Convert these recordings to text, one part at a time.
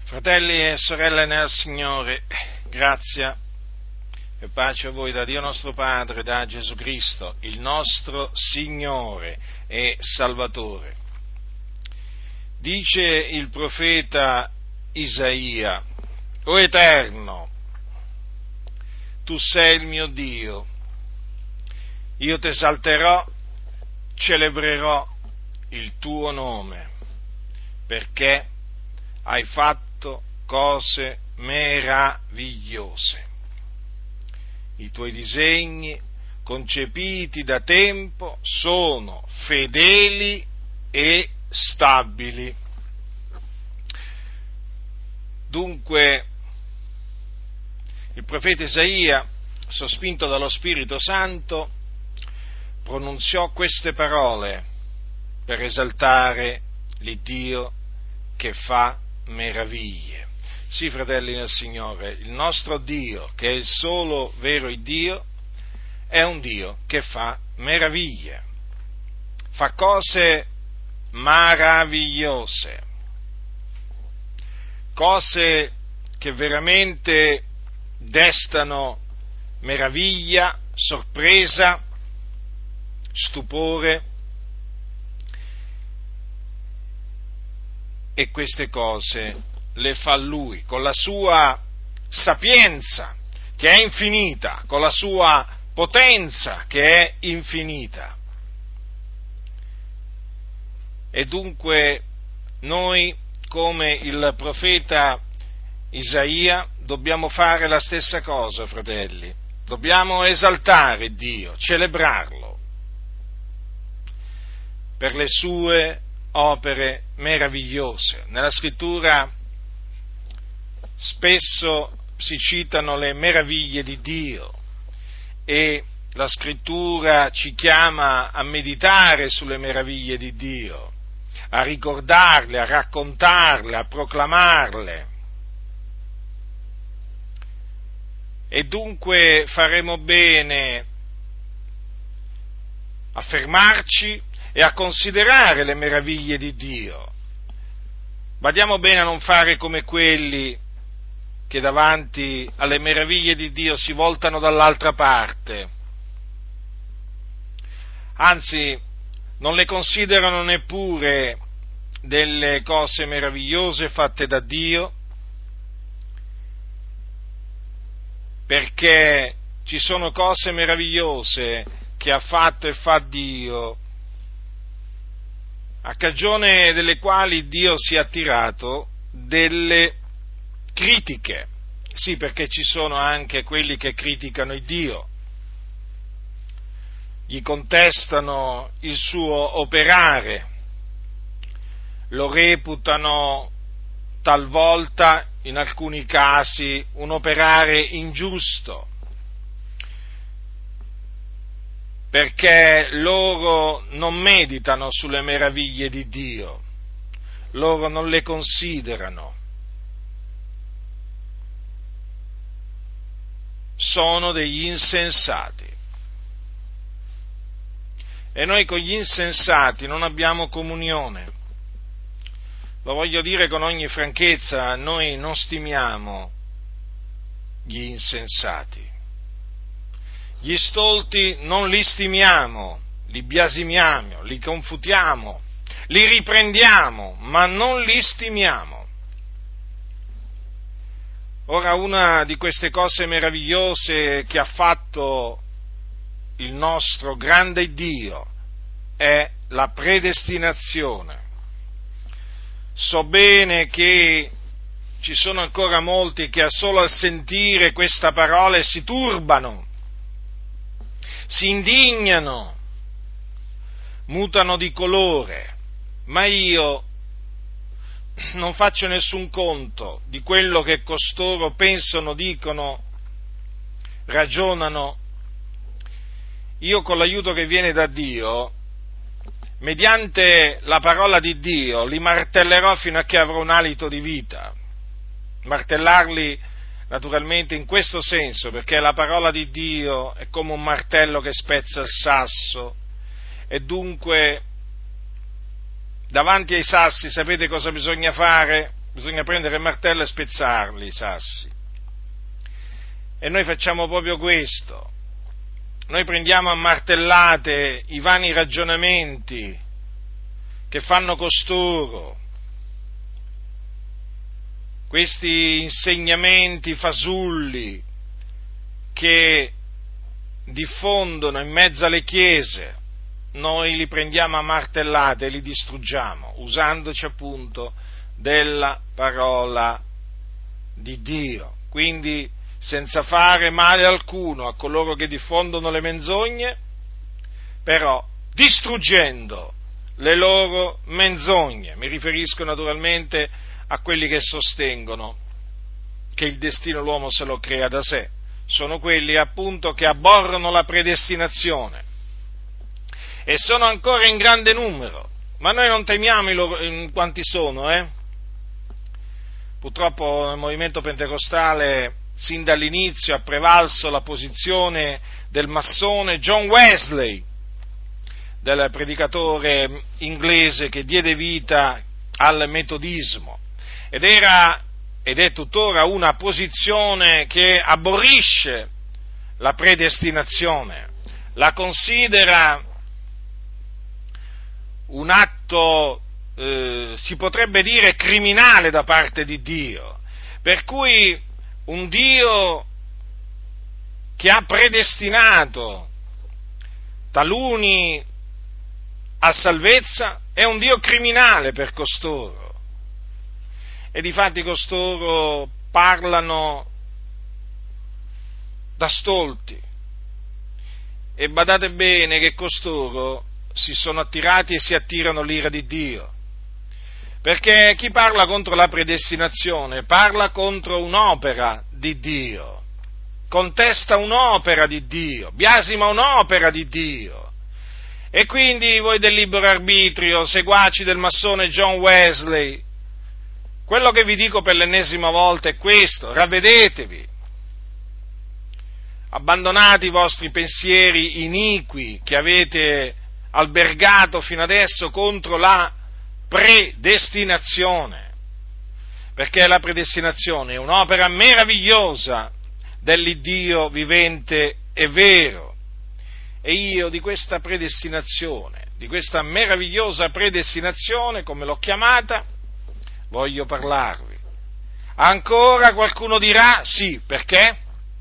Fratelli e sorelle nel Signore, grazia e pace a voi da Dio nostro Padre, da Gesù Cristo, il nostro Signore e Salvatore. Dice il profeta Isaia: O Eterno, tu sei il mio Dio, io ti esalterò, celebrerò il tuo nome, perché hai fatto cose meravigliose. I tuoi disegni, concepiti da tempo, sono fedeli e stabili. Dunque, il profeta Isaia, sospinto dallo Spirito Santo, pronunziò queste parole per esaltare l'Iddio che fa meraviglie. Sì, fratelli nel Signore, il nostro Dio, che è il solo vero Dio, è un Dio che fa meraviglie, fa cose meravigliose, cose che veramente destano meraviglia, sorpresa, stupore. E queste cose le fa Lui con la sua sapienza che è infinita, con la sua potenza che è infinita. E dunque noi, come il profeta Isaia, dobbiamo fare la stessa cosa, fratelli. Dobbiamo esaltare Dio, celebrarlo per le sue opere meravigliose. Nella Scrittura spesso si citano le meraviglie di Dio e la Scrittura ci chiama a meditare sulle meraviglie di Dio, a ricordarle, a raccontarle, a proclamarle. E dunque faremo bene a fermarci e a considerare le meraviglie di Dio. Badiamo bene a non fare come quelli che davanti alle meraviglie di Dio si voltano dall'altra parte, anzi non le considerano neppure delle cose meravigliose fatte da Dio, perché ci sono cose meravigliose che ha fatto e fa Dio, a cagione delle quali Dio si è attirato delle critiche. Sì, perché ci sono anche quelli che criticano il Dio, gli contestano il suo operare, lo reputano talvolta, in alcuni casi, un operare ingiusto, perché loro non meditano sulle meraviglie di Dio, loro non le considerano, sono degli insensati. E noi con gli insensati non abbiamo comunione. Lo voglio dire con ogni franchezza, noi non stimiamo gli insensati. Gli stolti non li stimiamo, li biasimiamo, li confutiamo, li riprendiamo, ma non li stimiamo. Ora, una di queste cose meravigliose che ha fatto il nostro grande Dio è la predestinazione. So bene che ci sono ancora molti che solo al sentire questa parola si turbano, si indignano, mutano di colore, ma io non faccio nessun conto di quello che costoro pensano, dicono, ragionano. Io, con l'aiuto che viene da Dio, mediante la parola di Dio, li martellerò fino a che avrò un alito di vita. Martellarli naturalmente in questo senso, perché la parola di Dio è come un martello che spezza il sasso, e dunque davanti ai sassi sapete cosa bisogna fare? bisogna prendere il martello e spezzarli i sassi. E noi facciamo proprio questo. Noi prendiamo a martellate i vani ragionamenti che fanno costoro, questi insegnamenti fasulli che diffondono in mezzo alle chiese. Noi li prendiamo a martellate e li distruggiamo, usandoci appunto della parola di Dio. Quindi, senza fare male alcuno a coloro che diffondono le menzogne, però distruggendo le loro menzogne. Mi riferisco naturalmente a quelli che sostengono che il destino l'uomo se lo crea da sé. Sono quelli appunto che aborrono la predestinazione. E sono ancora in grande numero, ma noi non temiamo in quanti sono, Purtroppo nel movimento pentecostale, sin dall'inizio, ha prevalso la posizione del massone John Wesley, del predicatore inglese che diede vita al metodismo, ed è tuttora una posizione che aborrisce la predestinazione, la considera un atto, si potrebbe dire, criminale da parte di Dio, per cui un Dio che ha predestinato taluni a salvezza è un Dio criminale per costoro, e difatti costoro parlano da stolti, e badate bene che costoro si sono attirati e si attirano l'ira di Dio, perché chi parla contro la predestinazione parla contro un'opera di Dio, contesta un'opera di Dio, biasima un'opera di Dio. E quindi voi del libero arbitrio, seguaci del massone John Wesley, quello che vi dico per l'ennesima volta è questo: ravvedetevi, abbandonate i vostri pensieri iniqui che avete albergato fino adesso contro la predestinazione, perché la predestinazione è un'opera meravigliosa dell'Iddio vivente e vero, e io di questa predestinazione, di questa meravigliosa predestinazione, come l'ho chiamata, voglio parlarvi. Ancora qualcuno dirà: sì, perché?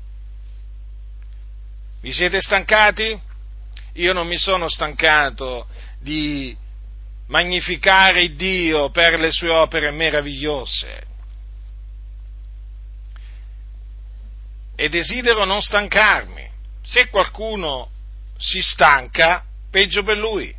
Vi siete stancati? Io non mi sono stancato di magnificare Dio per le sue opere meravigliose, e desidero non stancarmi. Se qualcuno si stanca, peggio per lui.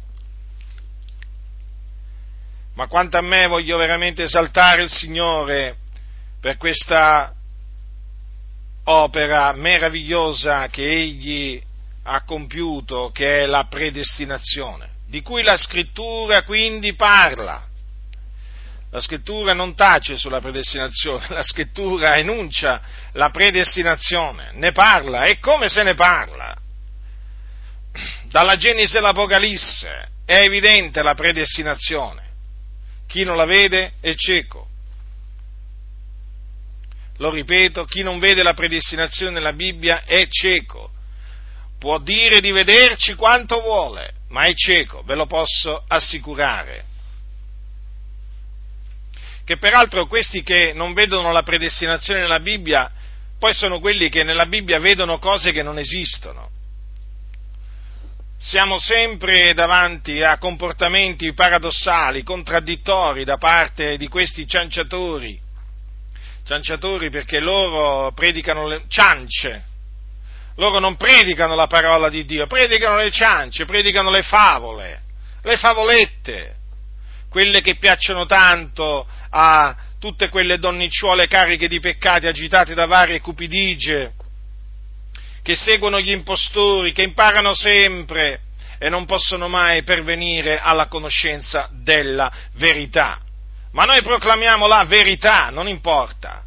Ma quanto a me, voglio veramente esaltare il Signore per questa opera meravigliosa che Egli ha compiuto, che è la predestinazione, di cui la Scrittura quindi parla. La Scrittura non tace sulla predestinazione, la Scrittura enuncia la predestinazione, ne parla, e come se ne parla. Dalla Genesi all'Apocalisse è evidente la predestinazione. Chi non la vede è cieco. Lo ripeto, chi non vede la predestinazione nella Bibbia è cieco. Può dire di vederci quanto vuole, ma è cieco, ve lo posso assicurare. Che peraltro questi che non vedono la predestinazione nella Bibbia, poi sono quelli che nella Bibbia vedono cose che non esistono. Siamo sempre davanti a comportamenti paradossali, contraddittori da parte di questi cianciatori perché loro predicano le ciance, loro non predicano la parola di Dio, predicano le ciance, predicano le favole, le favolette, quelle che piacciono tanto a tutte quelle donnicciuole cariche di peccati agitate da varie cupidigie, che seguono gli impostori, che imparano sempre e non possono mai pervenire alla conoscenza della verità. Ma noi proclamiamo la verità, non importa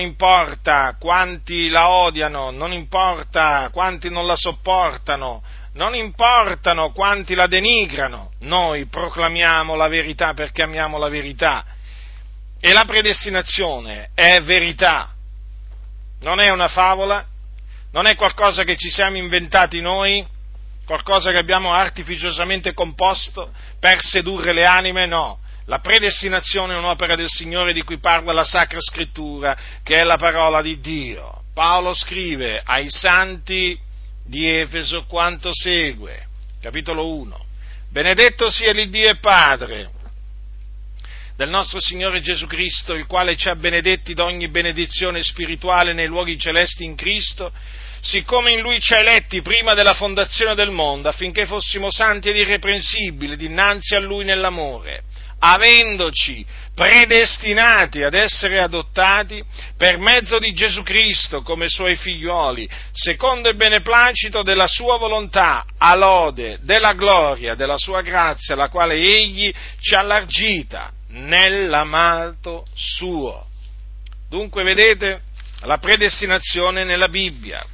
quanti la odiano, non importa quanti non la sopportano, non importano quanti la denigrano, noi proclamiamo la verità perché amiamo la verità. E la predestinazione è verità, non è una favola, non è qualcosa che ci siamo inventati noi, qualcosa che abbiamo artificiosamente composto per sedurre le anime, no. La predestinazione è un'opera del Signore di cui parla la Sacra Scrittura, che è la parola di Dio. Paolo scrive ai santi di Efeso quanto segue, capitolo 1. Benedetto sia l'Iddio e Padre del nostro Signore Gesù Cristo, il quale ci ha benedetti d'ogni benedizione spirituale nei luoghi celesti in Cristo, siccome in Lui ci ha eletti prima della fondazione del mondo, affinché fossimo santi ed irreprensibili dinanzi a Lui nell'amore, avendoci predestinati ad essere adottati per mezzo di Gesù Cristo come Suoi figliuoli, secondo il beneplacito della Sua volontà, a lode della gloria della Sua grazia, la quale Egli ci ha allargita nell'amato Suo. Dunque, vedete, la predestinazione nella Bibbia.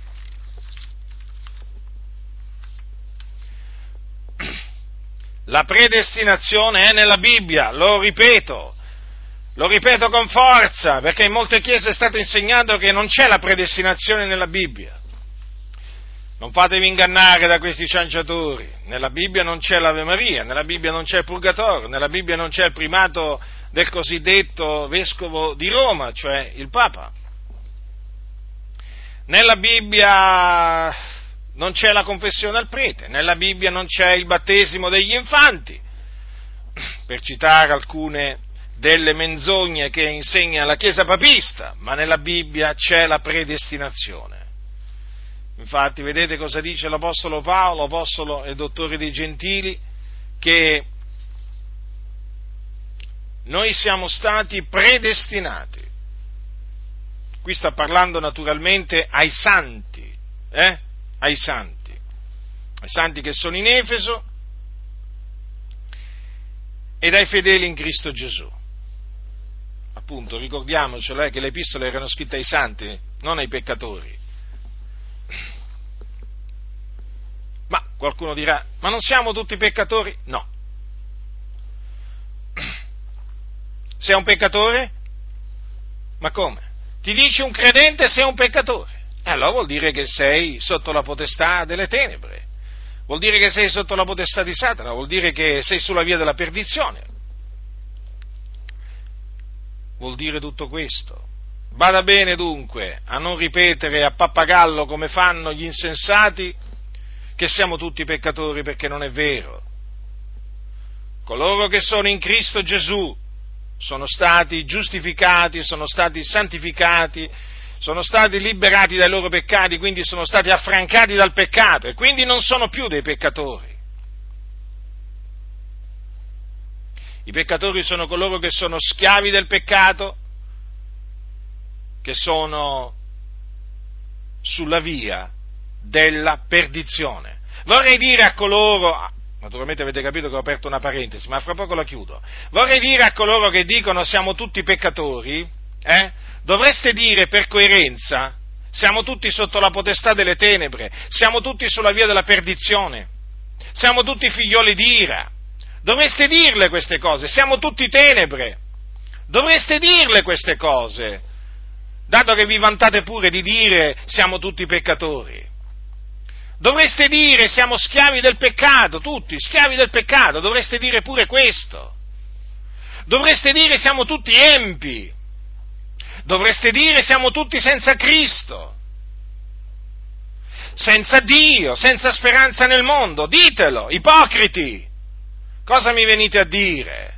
La predestinazione è nella Bibbia, lo ripeto con forza, perché in molte chiese è stato insegnato che non c'è la predestinazione nella Bibbia. Non fatevi ingannare da questi cianciatori, nella Bibbia non c'è l'Ave Maria, nella Bibbia non c'è il Purgatorio, nella Bibbia non c'è il primato del cosiddetto Vescovo di Roma, cioè il Papa. Nella Bibbia non c'è la confessione al prete, nella Bibbia non c'è il battesimo degli infanti, per citare alcune delle menzogne che insegna la Chiesa papista, ma nella Bibbia c'è la predestinazione. Infatti, vedete cosa dice l'Apostolo Paolo, apostolo e dottore dei Gentili, che noi siamo stati predestinati. Qui sta parlando naturalmente ai santi, ai santi che sono in Efeso ed ai fedeli in Cristo Gesù. Appunto, ricordiamocelo che le epistole erano scritte ai santi, non ai peccatori. Ma qualcuno dirà, ma non siamo tutti peccatori? No. Sei un peccatore? Ma come? Ti dice un credente sei un peccatore? Allora vuol dire che sei sotto la potestà delle tenebre, vuol dire che sei sotto la potestà di Satana, vuol dire che sei sulla via della perdizione. Vuol dire tutto questo. Bada bene dunque a non ripetere a pappagallo come fanno gli insensati che siamo tutti peccatori, perché non è vero. Coloro che sono in Cristo Gesù sono stati giustificati, sono stati santificati, sono stati liberati dai loro peccati, quindi sono stati affrancati dal peccato e quindi non sono più dei peccatori. I peccatori sono coloro che sono schiavi del peccato, che sono sulla via della perdizione. Vorrei dire a coloro, naturalmente avete capito che ho aperto una parentesi, ma fra poco la chiudo, vorrei dire a coloro che dicono siamo tutti peccatori, dovreste dire per coerenza, siamo tutti sotto la potestà delle tenebre, siamo tutti sulla via della perdizione, siamo tutti figlioli di ira, dovreste dirle queste cose, siamo tutti tenebre, dovreste dirle queste cose, dato che vi vantate pure di dire siamo tutti peccatori. Dovreste dire siamo schiavi del peccato, tutti, schiavi del peccato, dovreste dire pure questo. Dovreste dire siamo tutti empi. Dovreste dire siamo tutti senza Cristo, senza Dio, senza speranza nel mondo. Ditelo, ipocriti! Cosa mi venite a dire?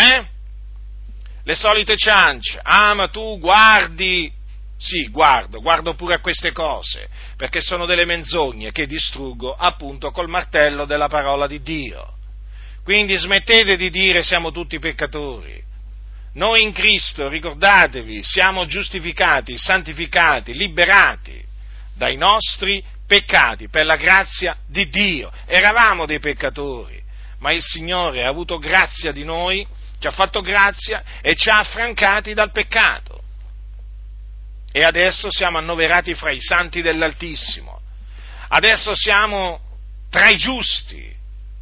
Le solite ciance. Ah, ma tu guardi. Sì, guardo pure a queste cose, perché sono delle menzogne che distruggo appunto col martello della parola di Dio. Quindi smettete di dire siamo tutti peccatori. Noi in Cristo, ricordatevi, siamo giustificati, santificati, liberati dai nostri peccati per la grazia di Dio. Eravamo dei peccatori, ma il Signore ha avuto grazia di noi, ci ha fatto grazia e ci ha affrancati dal peccato. E adesso siamo annoverati fra i santi dell'Altissimo. Adesso siamo tra i giusti.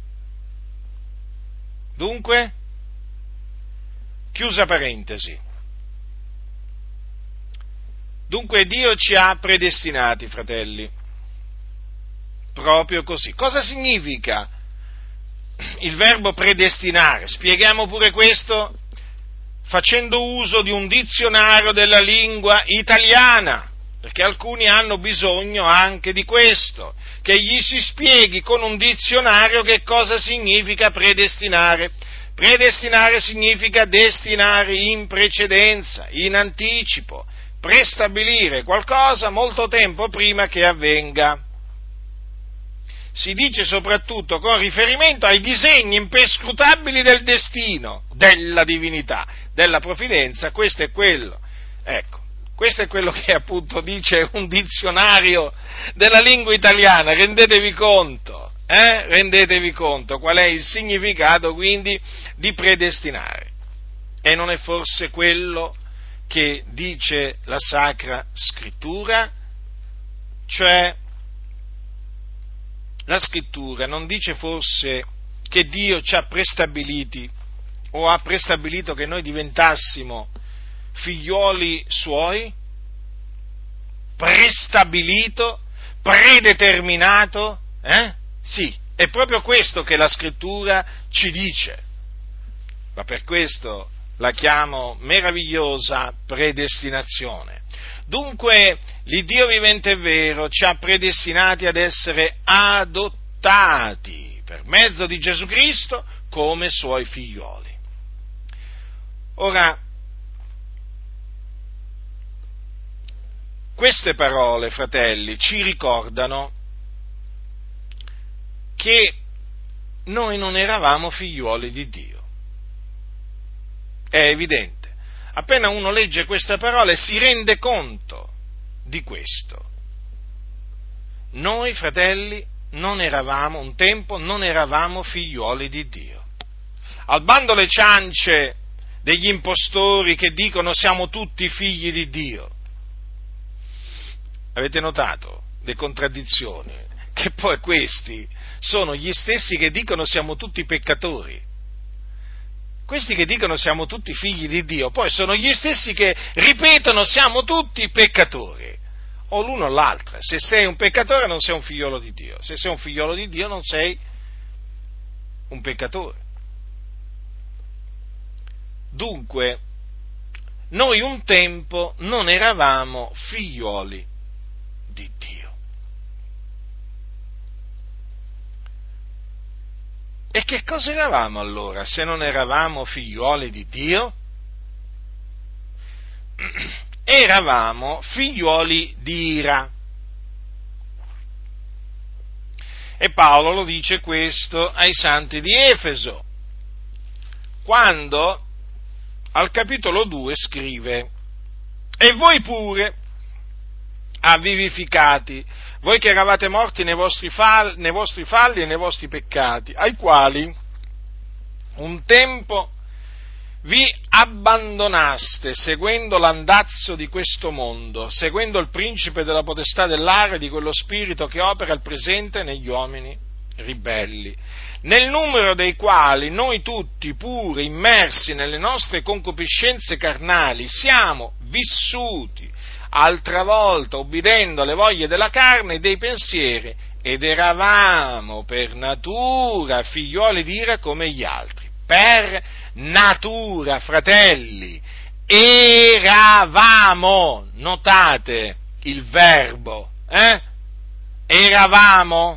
Dunque, chiusa parentesi. Dunque Dio ci ha predestinati, fratelli, proprio così. Cosa significa il verbo predestinare? Spieghiamo pure questo facendo uso di un dizionario della lingua italiana, perché alcuni hanno bisogno anche di questo, che gli si spieghi con un dizionario che cosa significa predestinare. Predestinare significa destinare in precedenza, in anticipo, prestabilire qualcosa molto tempo prima che avvenga. Si dice soprattutto con riferimento ai disegni imperscrutabili del destino, della divinità, della provvidenza. Questo è quello. Ecco, questo è quello che appunto dice un dizionario della lingua italiana. Rendetevi conto qual è il significato quindi di predestinare. E non è forse quello che dice la Sacra Scrittura? Cioè, la Scrittura non dice forse che Dio ci ha prestabiliti o ha prestabilito che noi diventassimo figlioli suoi? Prestabilito? Predeterminato? Sì, è proprio questo che la Scrittura ci dice. Ma per questo la chiamo meravigliosa predestinazione. Dunque, l'Iddio vivente e vero ci ha predestinati ad essere adottati per mezzo di Gesù Cristo come suoi figlioli. Ora, queste parole, fratelli, ci ricordano che noi non eravamo figliuoli di Dio. È evidente. Appena uno legge queste parole si rende conto di questo. Noi, fratelli, un tempo non eravamo figliuoli di Dio. Al bando le ciance degli impostori che dicono siamo tutti figli di Dio. Avete notato le contraddizioni? Che poi questi sono gli stessi che dicono siamo tutti peccatori. Questi che dicono siamo tutti figli di Dio, poi sono gli stessi che ripetono siamo tutti peccatori, o l'uno o l'altra. Se sei un peccatore non sei un figliolo di Dio, se sei un figliolo di Dio non sei un peccatore. Dunque, noi un tempo non eravamo figlioli di Dio. E che cosa eravamo allora se non eravamo figlioli di Dio? Eravamo figlioli di ira. E Paolo lo dice questo ai santi di Efeso, quando al capitolo 2 scrive: e voi pure vivificati, voi che eravate morti nei vostri falli e nei vostri peccati, ai quali un tempo vi abbandonaste seguendo l'andazzo di questo mondo, seguendo il principe della potestà dell'aria, di quello spirito che opera al presente negli uomini ribelli, nel numero dei quali noi tutti, pure immersi nelle nostre concupiscenze carnali, siamo vissuti altra volta obbedendo alle voglie della carne e dei pensieri, ed eravamo per natura figlioli di ira come gli altri. Per natura, fratelli, eravamo, notate il verbo, eravamo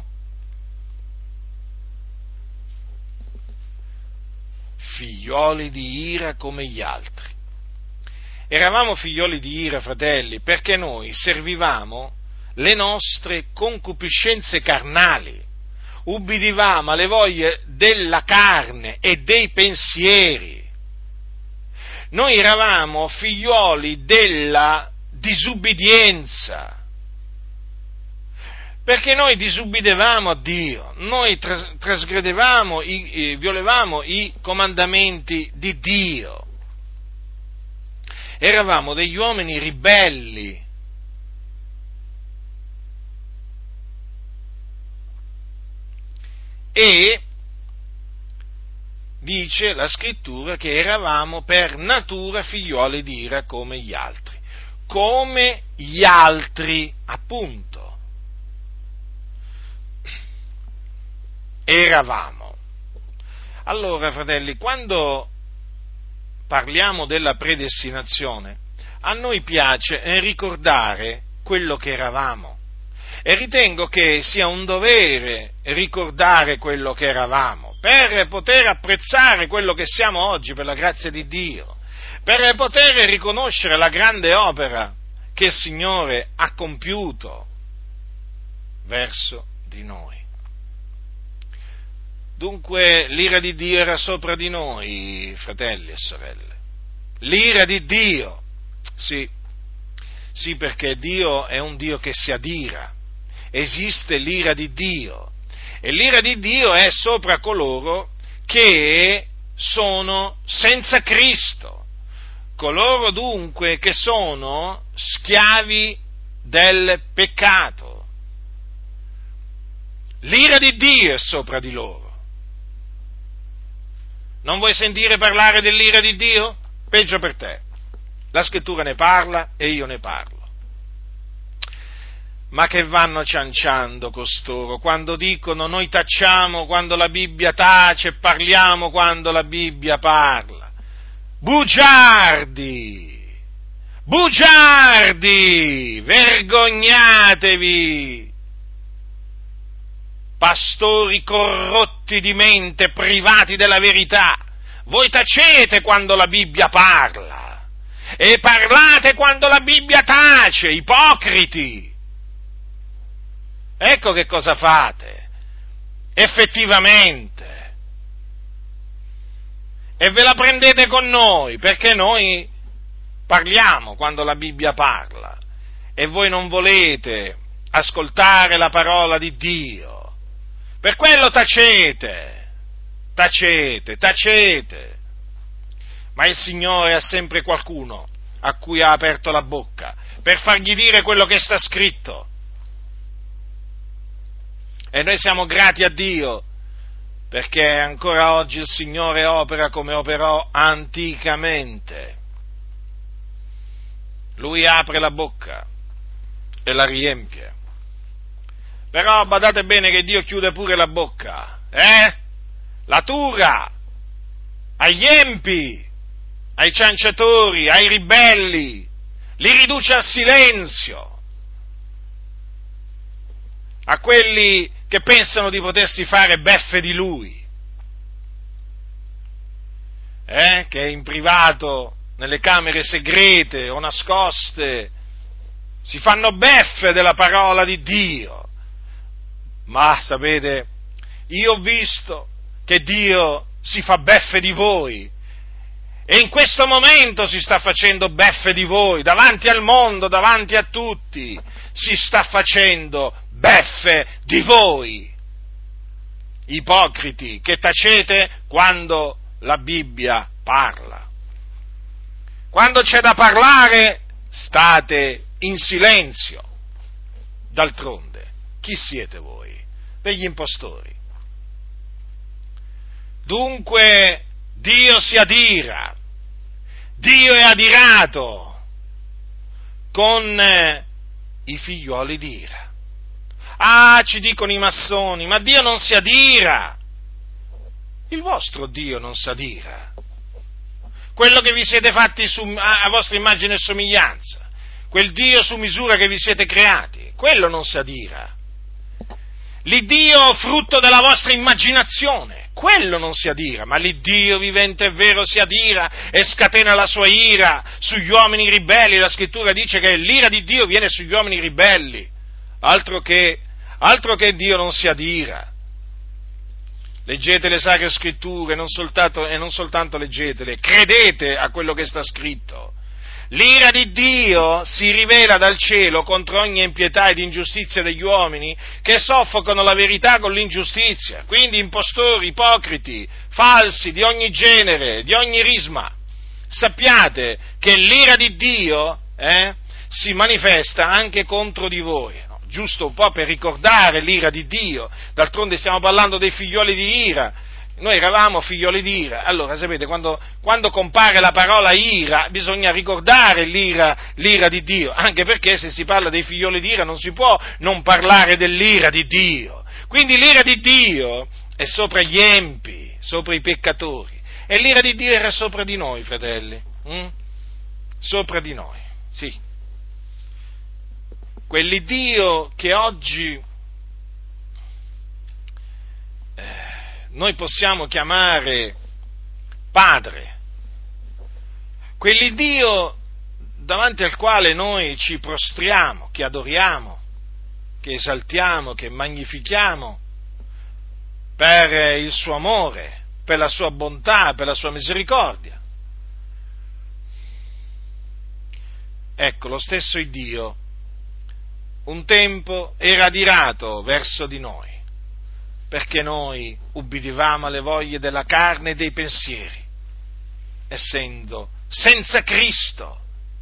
figlioli di ira come gli altri. Eravamo figlioli di ira, fratelli, perché noi servivamo le nostre concupiscenze carnali, ubbidivamo alle voglie della carne e dei pensieri. Noi eravamo figlioli della disubbidienza, perché noi disubbidevamo a Dio, noi trasgredevamo, violevamo i comandamenti di Dio. Eravamo degli uomini ribelli. e dice la Scrittura che eravamo per natura figliuoli di ira come gli altri, appunto. Eravamo. Allora, fratelli, quando parliamo della predestinazione, a noi piace ricordare quello che eravamo e ritengo che sia un dovere ricordare quello che eravamo per poter apprezzare quello che siamo oggi per la grazia di Dio, per poter riconoscere la grande opera che il Signore ha compiuto verso di noi. Dunque l'ira di Dio era sopra di noi, fratelli e sorelle. L'ira di Dio, sì, perché Dio è un Dio che si adira. Esiste l'ira di Dio e l'ira di Dio è sopra coloro che sono senza Cristo, coloro dunque che sono schiavi del peccato. L'ira di Dio è sopra di loro. Non vuoi sentire parlare dell'ira di Dio? Peggio per te. La Scrittura ne parla e io ne parlo. Ma che vanno cianciando costoro quando dicono noi tacciamo quando la Bibbia tace e parliamo quando la Bibbia parla? Bugiardi! Bugiardi! Vergognatevi! Pastori corrotti di mente, privati della verità, voi tacete quando la Bibbia parla e parlate quando la Bibbia tace, ipocriti. Ecco che cosa fate, effettivamente. E ve la prendete con noi, perché noi parliamo quando la Bibbia parla e voi non volete ascoltare la parola di Dio. Per quello tacete. Ma il Signore ha sempre qualcuno a cui ha aperto la bocca per fargli dire quello che sta scritto. E noi siamo grati a Dio perché ancora oggi il Signore opera come operò anticamente. Lui apre la bocca e la riempie. Però badate bene che Dio chiude pure la bocca, la tura agli empi, ai cianciatori, ai ribelli, li riduce al silenzio, a quelli che pensano di potersi fare beffe di Lui, che in privato, nelle camere segrete o nascoste, si fanno beffe della parola di Dio. Ma sapete, io ho visto che Dio si fa beffe di voi e in questo momento si sta facendo beffe di voi, davanti al mondo, davanti a tutti, si sta facendo beffe di voi, ipocriti, che tacete quando la Bibbia parla. Quando c'è da parlare, state in silenzio. D'altronde, chi siete voi? Degli impostori. Dunque, Dio si adira, Dio è adirato con i figlioli di ira. Ah, ci dicono i massoni, ma Dio non si adira, il vostro Dio non si adira, quello che vi siete fatti a vostra immagine e somiglianza, quel Dio su misura che vi siete creati, quello non si adira. L'Iddio frutto della vostra immaginazione, quello non si adira, ma l'Iddio vivente e vero si adira e scatena la sua ira sugli uomini ribelli. La Scrittura dice che l'ira di Dio viene sugli uomini ribelli, altro che Dio non si adira. Leggete le Sacre Scritture e non soltanto leggetele, credete a quello che sta scritto. L'ira di Dio si rivela dal cielo contro ogni impietà ed ingiustizia degli uomini che soffocano la verità con l'ingiustizia, quindi impostori, ipocriti, falsi di ogni genere, di ogni risma. Sappiate che l'ira di Dio si manifesta anche contro di voi, no? giusto un po' per ricordare l'ira di Dio, d'altronde stiamo parlando dei figlioli di ira, noi eravamo figlioli di ira, allora sapete, quando compare la parola ira, bisogna ricordare l'ira di Dio, anche perché se si parla dei figlioli di ira non si può non parlare dell'ira di Dio, quindi l'ira di Dio è sopra gli empi, sopra i peccatori, e l'ira di Dio era sopra di noi, fratelli, sopra di noi, sì. Quell'Iddio che oggi noi possiamo chiamare Padre, quell'Iddio davanti al quale noi ci prostriamo, che adoriamo, che esaltiamo, che magnifichiamo per il suo amore, per la sua bontà, per la sua misericordia. Ecco, lo stesso Iddio un tempo era adirato verso di noi, perché noi ubbidivamo alle voglie della carne e dei pensieri, essendo senza Cristo,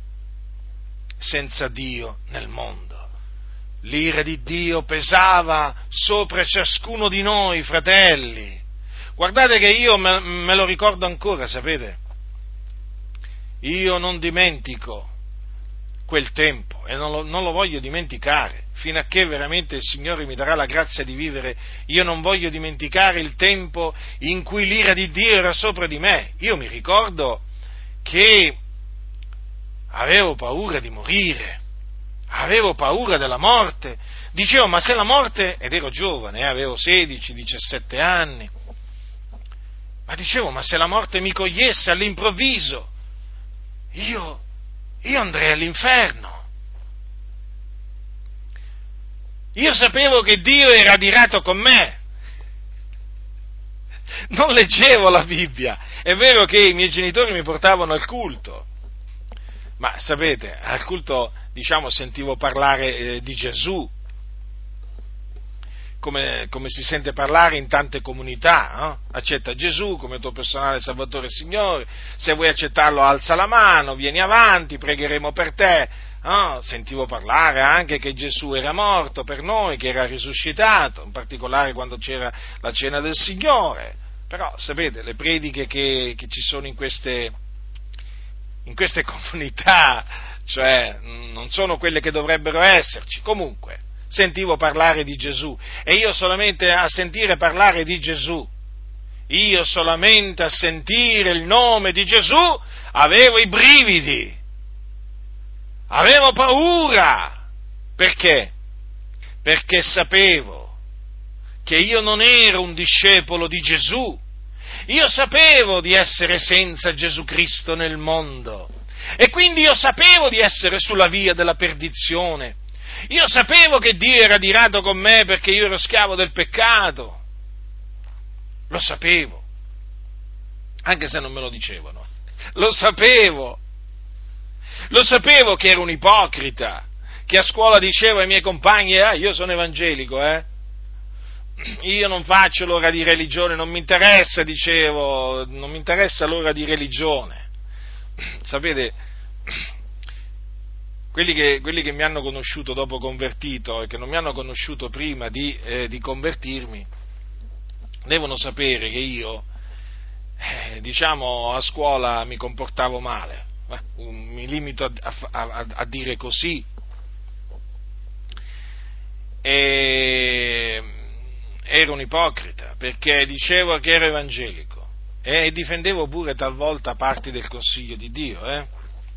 senza Dio nel mondo. L'ira di Dio pesava sopra ciascuno di noi, fratelli. Guardate che io me lo ricordo ancora, sapete? Io non dimentico quel tempo e non lo voglio dimenticare, fino a che veramente il Signore mi darà la grazia di vivere. Io non voglio dimenticare il tempo in cui l'ira di Dio era sopra di me. Io mi ricordo che avevo paura di morire, avevo paura della morte, dicevo, ma se la morte, ed ero giovane, avevo 16-17 anni, ma dicevo, ma se la morte mi cogliesse all'improvviso, io andrei all'inferno. Io sapevo che Dio era adirato con me. Non leggevo la Bibbia. È vero che i miei genitori mi portavano al culto, ma sapete, al culto, sentivo parlare di Gesù, come si sente parlare in tante comunità, no? Accetta Gesù come tuo personale Salvatore e Signore, se vuoi accettarlo alza la mano, vieni avanti, pregheremo per te, no? Sentivo parlare anche che Gesù era morto per noi, che era risuscitato, in particolare quando c'era la cena del Signore, però sapete, le prediche che ci sono in queste comunità, cioè non sono quelle che dovrebbero esserci, comunque. Sentivo parlare di Gesù e io solamente a sentire parlare di Gesù, io solamente a sentire il nome di Gesù avevo i brividi, avevo paura. Perché? Perché sapevo che io non ero un discepolo di Gesù, io sapevo di essere senza Gesù Cristo nel mondo e quindi io sapevo di essere sulla via della perdizione. Io sapevo che Dio era adirato con me perché io ero schiavo del peccato, lo sapevo, anche se non me lo dicevano, lo sapevo che ero un ipocrita, che a scuola dicevo ai miei compagni, io sono evangelico, io non faccio l'ora di religione, non mi interessa, dicevo, non mi interessa l'ora di religione, sapete. Quelli che mi hanno conosciuto dopo convertito e che non mi hanno conosciuto prima di convertirmi, devono sapere che io, a scuola mi comportavo male, mi limito a dire così, e ero un ipocrita, perché dicevo che ero evangelico, e difendevo pure talvolta parti del consiglio di Dio,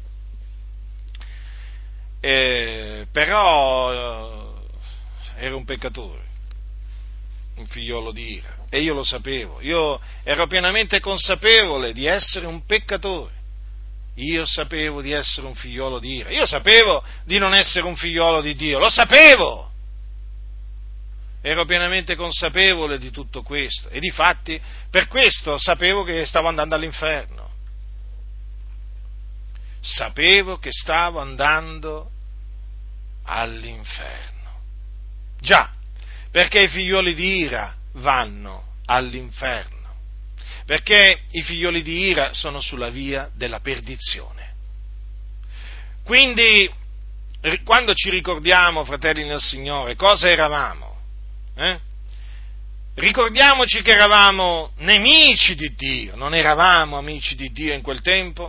però ero un peccatore, un figliolo di ira, e io lo sapevo, io ero pienamente consapevole di essere un peccatore, io sapevo di essere un figliolo di ira, io sapevo di non essere un figliolo di Dio, lo sapevo, ero pienamente consapevole di tutto questo, e difatti per questo sapevo che stavo andando all'inferno, sapevo che stavo andando all'inferno. Già, perché i figlioli di ira vanno all'inferno? Perché i figlioli di ira sono sulla via della perdizione. Quindi quando ci ricordiamo, fratelli nel Signore, cosa eravamo? Ricordiamoci che eravamo nemici di Dio, non eravamo amici di Dio in quel tempo,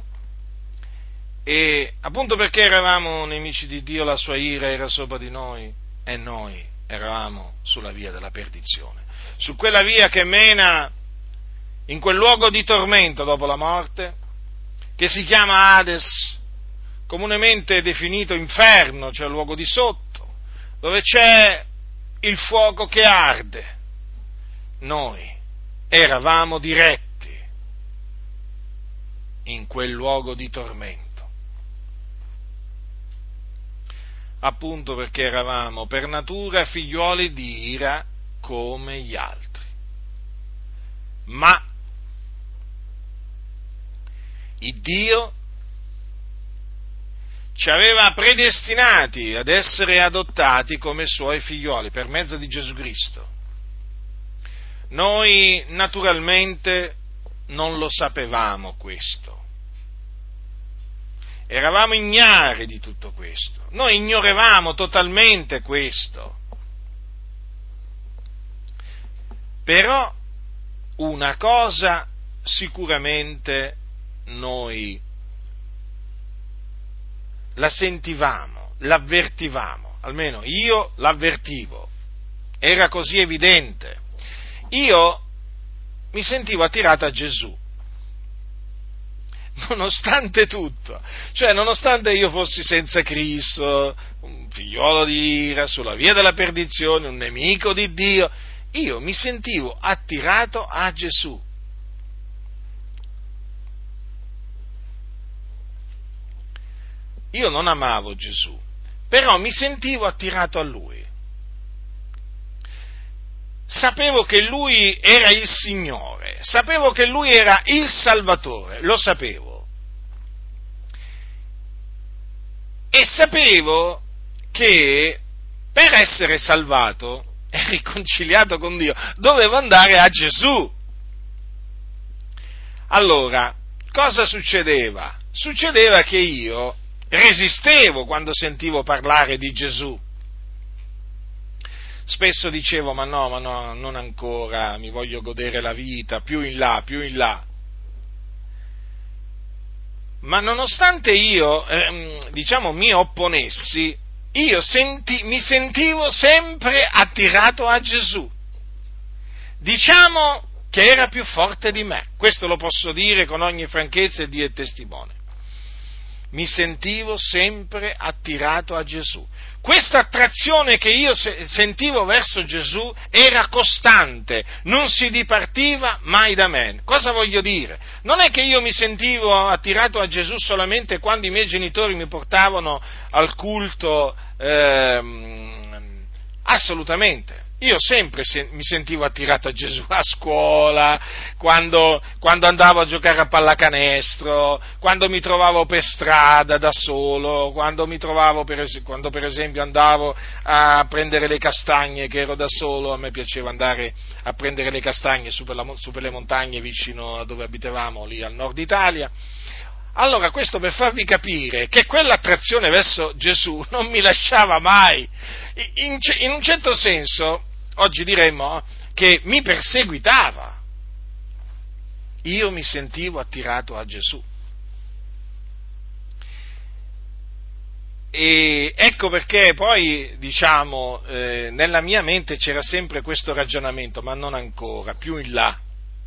e appunto perché eravamo nemici di Dio la sua ira era sopra di noi e noi eravamo sulla via della perdizione, su quella via che mena in quel luogo di tormento dopo la morte, che si chiama Hades, comunemente definito inferno, cioè il luogo di sotto, dove c'è il fuoco che arde. Noi eravamo diretti in quel luogo di tormento, appunto perché eravamo per natura figliuoli di ira come gli altri. Ma il Dio ci aveva predestinati ad essere adottati come suoi figlioli per mezzo di Gesù Cristo. Noi naturalmente non lo sapevamo questo. Eravamo ignari di tutto questo. Noi ignoravamo totalmente questo. Però una cosa sicuramente noi la sentivamo, l'avvertivamo, almeno io l'avvertivo, era così evidente. Io mi sentivo attirato a Gesù, nonostante tutto, cioè nonostante io fossi senza Cristo, un figliolo di ira, sulla via della perdizione, un nemico di Dio, io mi sentivo attirato a Gesù. Io non amavo Gesù, però mi sentivo attirato a Lui. Sapevo che Lui era il Signore, sapevo che Lui era il Salvatore, lo sapevo. E sapevo che per essere salvato e riconciliato con Dio dovevo andare a Gesù. Allora, cosa succedeva? Succedeva che io resistevo quando sentivo parlare di Gesù. Spesso dicevo, ma no, non ancora, mi voglio godere la vita, più in là. Ma nonostante io, mi opponessi, io mi sentivo sempre attirato a Gesù. Diciamo che era più forte di me, questo lo posso dire con ogni franchezza e Dio è testimone. Mi sentivo sempre attirato a Gesù. Questa attrazione che io sentivo verso Gesù era costante, non si dipartiva mai da me. Cosa voglio dire? Non è che io mi sentivo attirato a Gesù solamente quando i miei genitori mi portavano al culto, assolutamente. Io sempre mi sentivo attirato a Gesù, a scuola, quando andavo a giocare a pallacanestro, quando mi trovavo per strada da solo, quando per esempio andavo a prendere le castagne, che ero da solo, a me piaceva andare a prendere le castagne su per le montagne vicino a dove abitavamo, lì al nord Italia. Allora, questo per farvi capire che quell'attrazione verso Gesù non mi lasciava mai. In un certo senso, oggi diremmo che mi perseguitava. Io mi sentivo attirato a Gesù. E ecco perché poi, nella mia mente c'era sempre questo ragionamento, ma non ancora, più in là.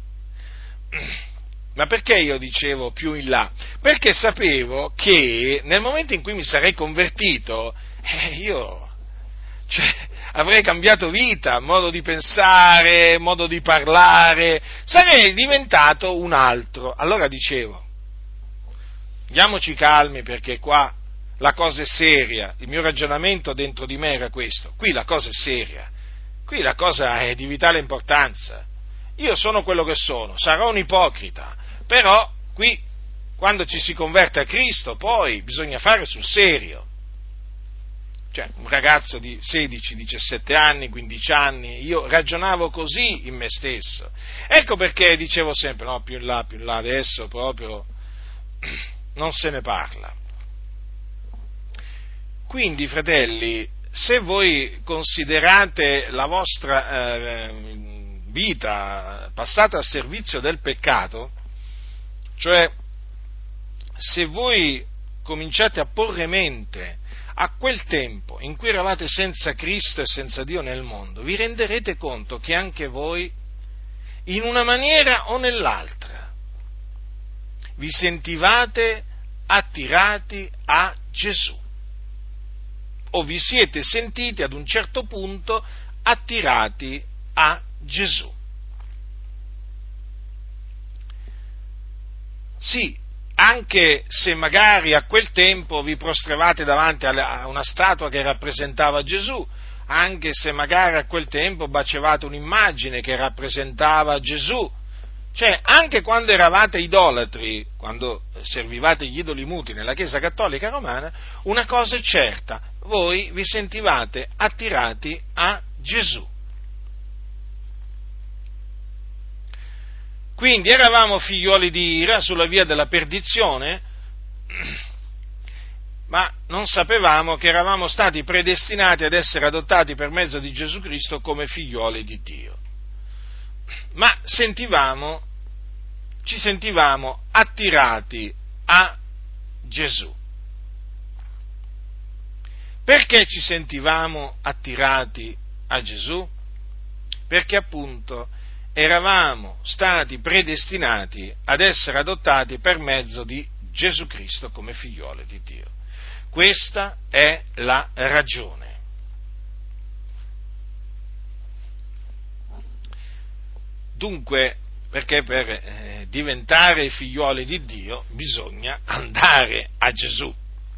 Ma perché io dicevo più in là? Perché sapevo che nel momento in cui mi sarei convertito, avrei cambiato vita, modo di pensare, modo di parlare, sarei diventato un altro. Allora dicevo, diamoci calmi perché qua la cosa è seria, il mio ragionamento dentro di me era questo, qui la cosa è seria, qui la cosa è di vitale importanza. Io sono quello che sono, sarò un ipocrita, però qui, quando ci si converte a Cristo, poi bisogna fare sul serio. Cioè, un ragazzo di 16, 17 anni, 15 anni, io ragionavo così in me stesso. Ecco perché dicevo sempre, no, più in là, adesso proprio non se ne parla. Quindi, fratelli, se voi considerate la vostra vita passata a servizio del peccato, cioè se voi cominciate a porre mente a quel tempo in cui eravate senza Cristo e senza Dio nel mondo, vi renderete conto che anche voi, in una maniera o nell'altra, vi sentivate attirati a Gesù, o vi siete sentiti ad un certo punto attirati a Gesù. Sì, anche se magari a quel tempo vi prostravate davanti a una statua che rappresentava Gesù, anche se magari a quel tempo bacevate un'immagine che rappresentava Gesù, cioè anche quando eravate idolatri, quando servivate gli idoli muti nella Chiesa Cattolica Romana, una cosa è certa, voi vi sentivate attirati a Gesù. Quindi eravamo figlioli di ira sulla via della perdizione, ma non sapevamo che eravamo stati predestinati ad essere adottati per mezzo di Gesù Cristo come figlioli di Dio. Ma ci sentivamo attirati a Gesù. Perché ci sentivamo attirati a Gesù? Perché appunto eravamo stati predestinati ad essere adottati per mezzo di Gesù Cristo come figlioli di Dio. Questa è la ragione. Dunque, perché per diventare figlioli di Dio bisogna andare a Gesù.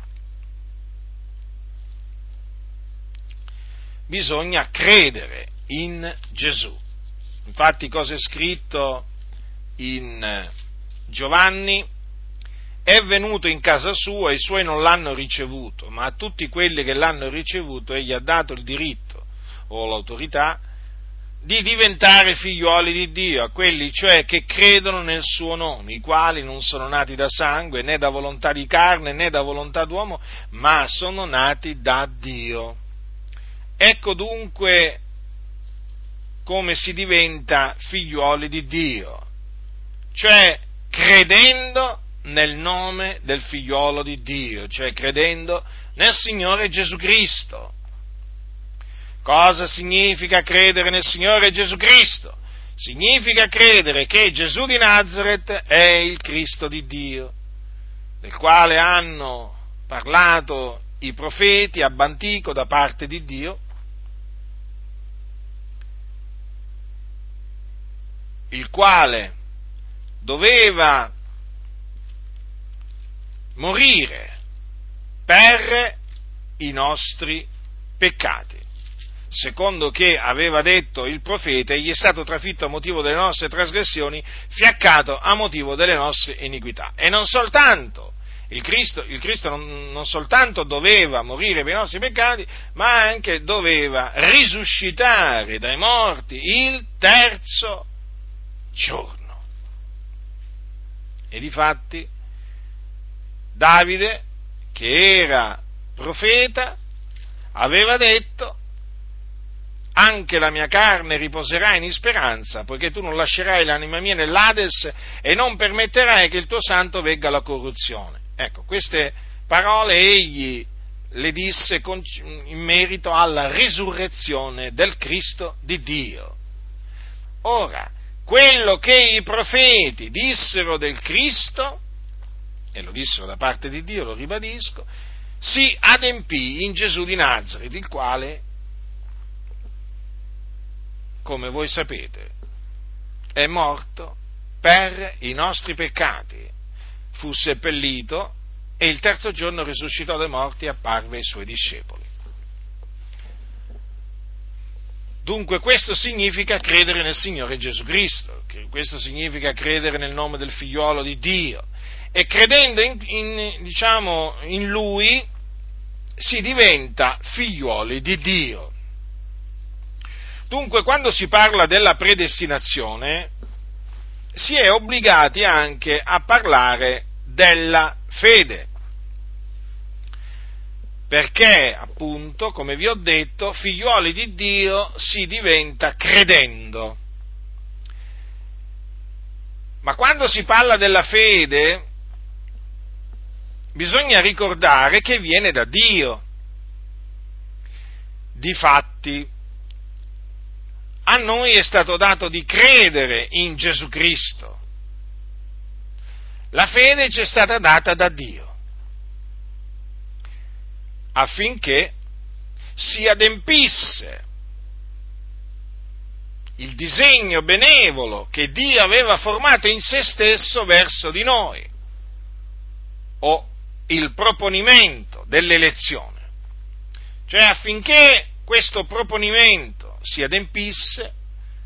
Bisogna credere in Gesù. Infatti, cosa è scritto in Giovanni? È venuto in casa sua e i suoi non l'hanno ricevuto, ma a tutti quelli che l'hanno ricevuto egli ha dato il diritto o l'autorità di diventare figliuoli di Dio, a quelli cioè che credono nel suo nome, i quali non sono nati da sangue, né da volontà di carne, né da volontà d'uomo, ma sono nati da Dio. Ecco dunque come si diventa figliuoli di Dio, cioè credendo nel nome del figliolo di Dio, cioè credendo nel Signore Gesù Cristo. Cosa significa credere nel Signore Gesù Cristo? Significa credere che Gesù di Nazaret è il Cristo di Dio, del quale hanno parlato i profeti ab antico da parte di Dio, il quale doveva morire per i nostri peccati. Secondo che aveva detto il profeta, egli è stato trafitto a motivo delle nostre trasgressioni, fiaccato a motivo delle nostre iniquità. E non soltanto, il Cristo non soltanto doveva morire per i nostri peccati, ma anche doveva risuscitare dai morti il terzo giorno. E difatti Davide, che era profeta, aveva detto: anche la mia carne riposerà in speranza, poiché tu non lascerai l'anima mia nell'Ades e non permetterai che il tuo santo vegga alla corruzione. Ecco, queste parole egli le disse in merito alla risurrezione del Cristo di Dio. Ora, quello che i profeti dissero del Cristo, e lo dissero da parte di Dio, lo ribadisco, si adempì in Gesù di Nazaret, il quale, come voi sapete, è morto per i nostri peccati, fu seppellito e il terzo giorno risuscitò dai morti e apparve ai suoi discepoli. Dunque questo significa credere nel Signore Gesù Cristo, questo significa credere nel nome del figliolo di Dio, e credendo in Lui si diventa figlioli di Dio. Dunque, quando si parla della predestinazione, si è obbligati anche a parlare della fede, perché, appunto, come vi ho detto, figliuoli di Dio si diventa credendo. Ma quando si parla della fede, bisogna ricordare che viene da Dio. Difatti, a noi è stato dato di credere in Gesù Cristo. La fede ci è stata data da Dio, affinché si adempisse il disegno benevolo che Dio aveva formato in se stesso verso di noi, o il proponimento dell'elezione. Cioè, affinché questo proponimento si adempisse,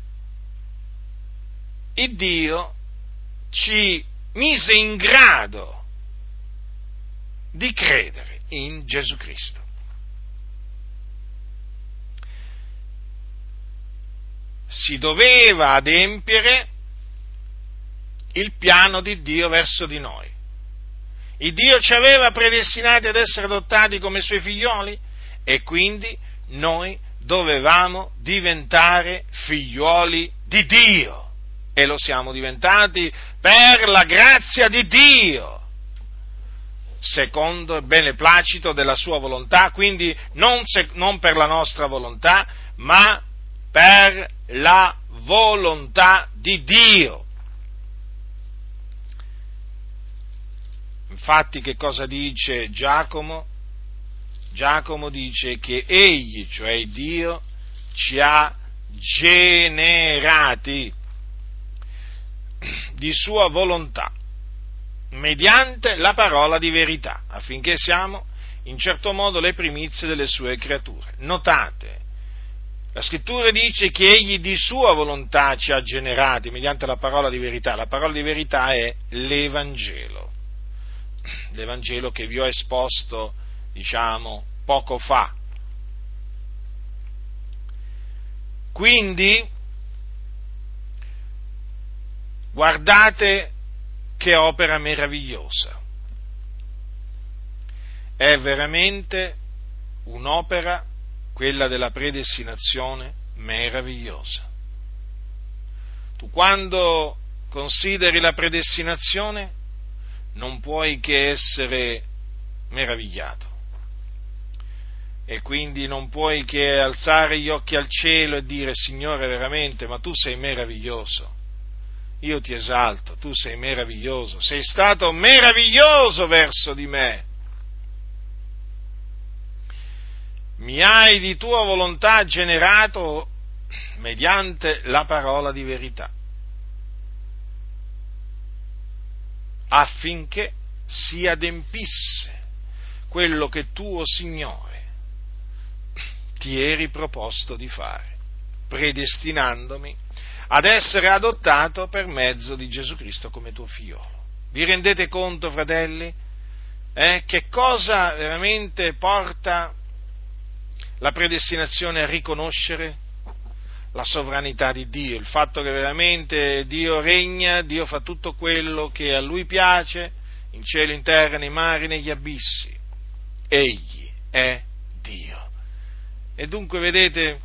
il Dio ci mise in grado di credere in Gesù Cristo. Si doveva adempiere il piano di Dio verso di noi. Il Dio ci aveva predestinati ad essere adottati come suoi figlioli e quindi noi dovevamo diventare figlioli di Dio, e lo siamo diventati per la grazia di Dio, secondo il beneplacito della sua volontà, quindi non per la nostra volontà, ma per la volontà di Dio. Infatti, che cosa dice Giacomo? Giacomo dice che egli, cioè Dio, ci ha generati di sua volontà, mediante la parola di verità, affinché siamo in certo modo le primizie delle sue creature. Notate, la scrittura dice che egli di sua volontà ci ha generati mediante la parola di verità. La parola di verità è l'Evangelo che vi ho esposto, poco fa. Quindi, guardate che opera meravigliosa. È veramente un'opera, quella della predestinazione, meravigliosa. Tu quando consideri la predestinazione non puoi che essere meravigliato. E quindi non puoi che alzare gli occhi al cielo e dire: Signore, veramente, ma tu sei meraviglioso. Io ti esalto, tu sei meraviglioso, sei stato meraviglioso verso di me. Mi hai di tua volontà generato mediante la parola di verità, affinché si adempisse quello che tu, o Signore, ti eri proposto di fare, predestinandomi ad essere adottato per mezzo di Gesù Cristo come tuo figliolo. Vi rendete conto, fratelli, che cosa veramente porta la predestinazione a riconoscere? La sovranità di Dio, il fatto che veramente Dio regna, Dio fa tutto quello che a Lui piace, in cielo, in terra, nei mari, negli abissi. Egli è Dio. E dunque, vedete,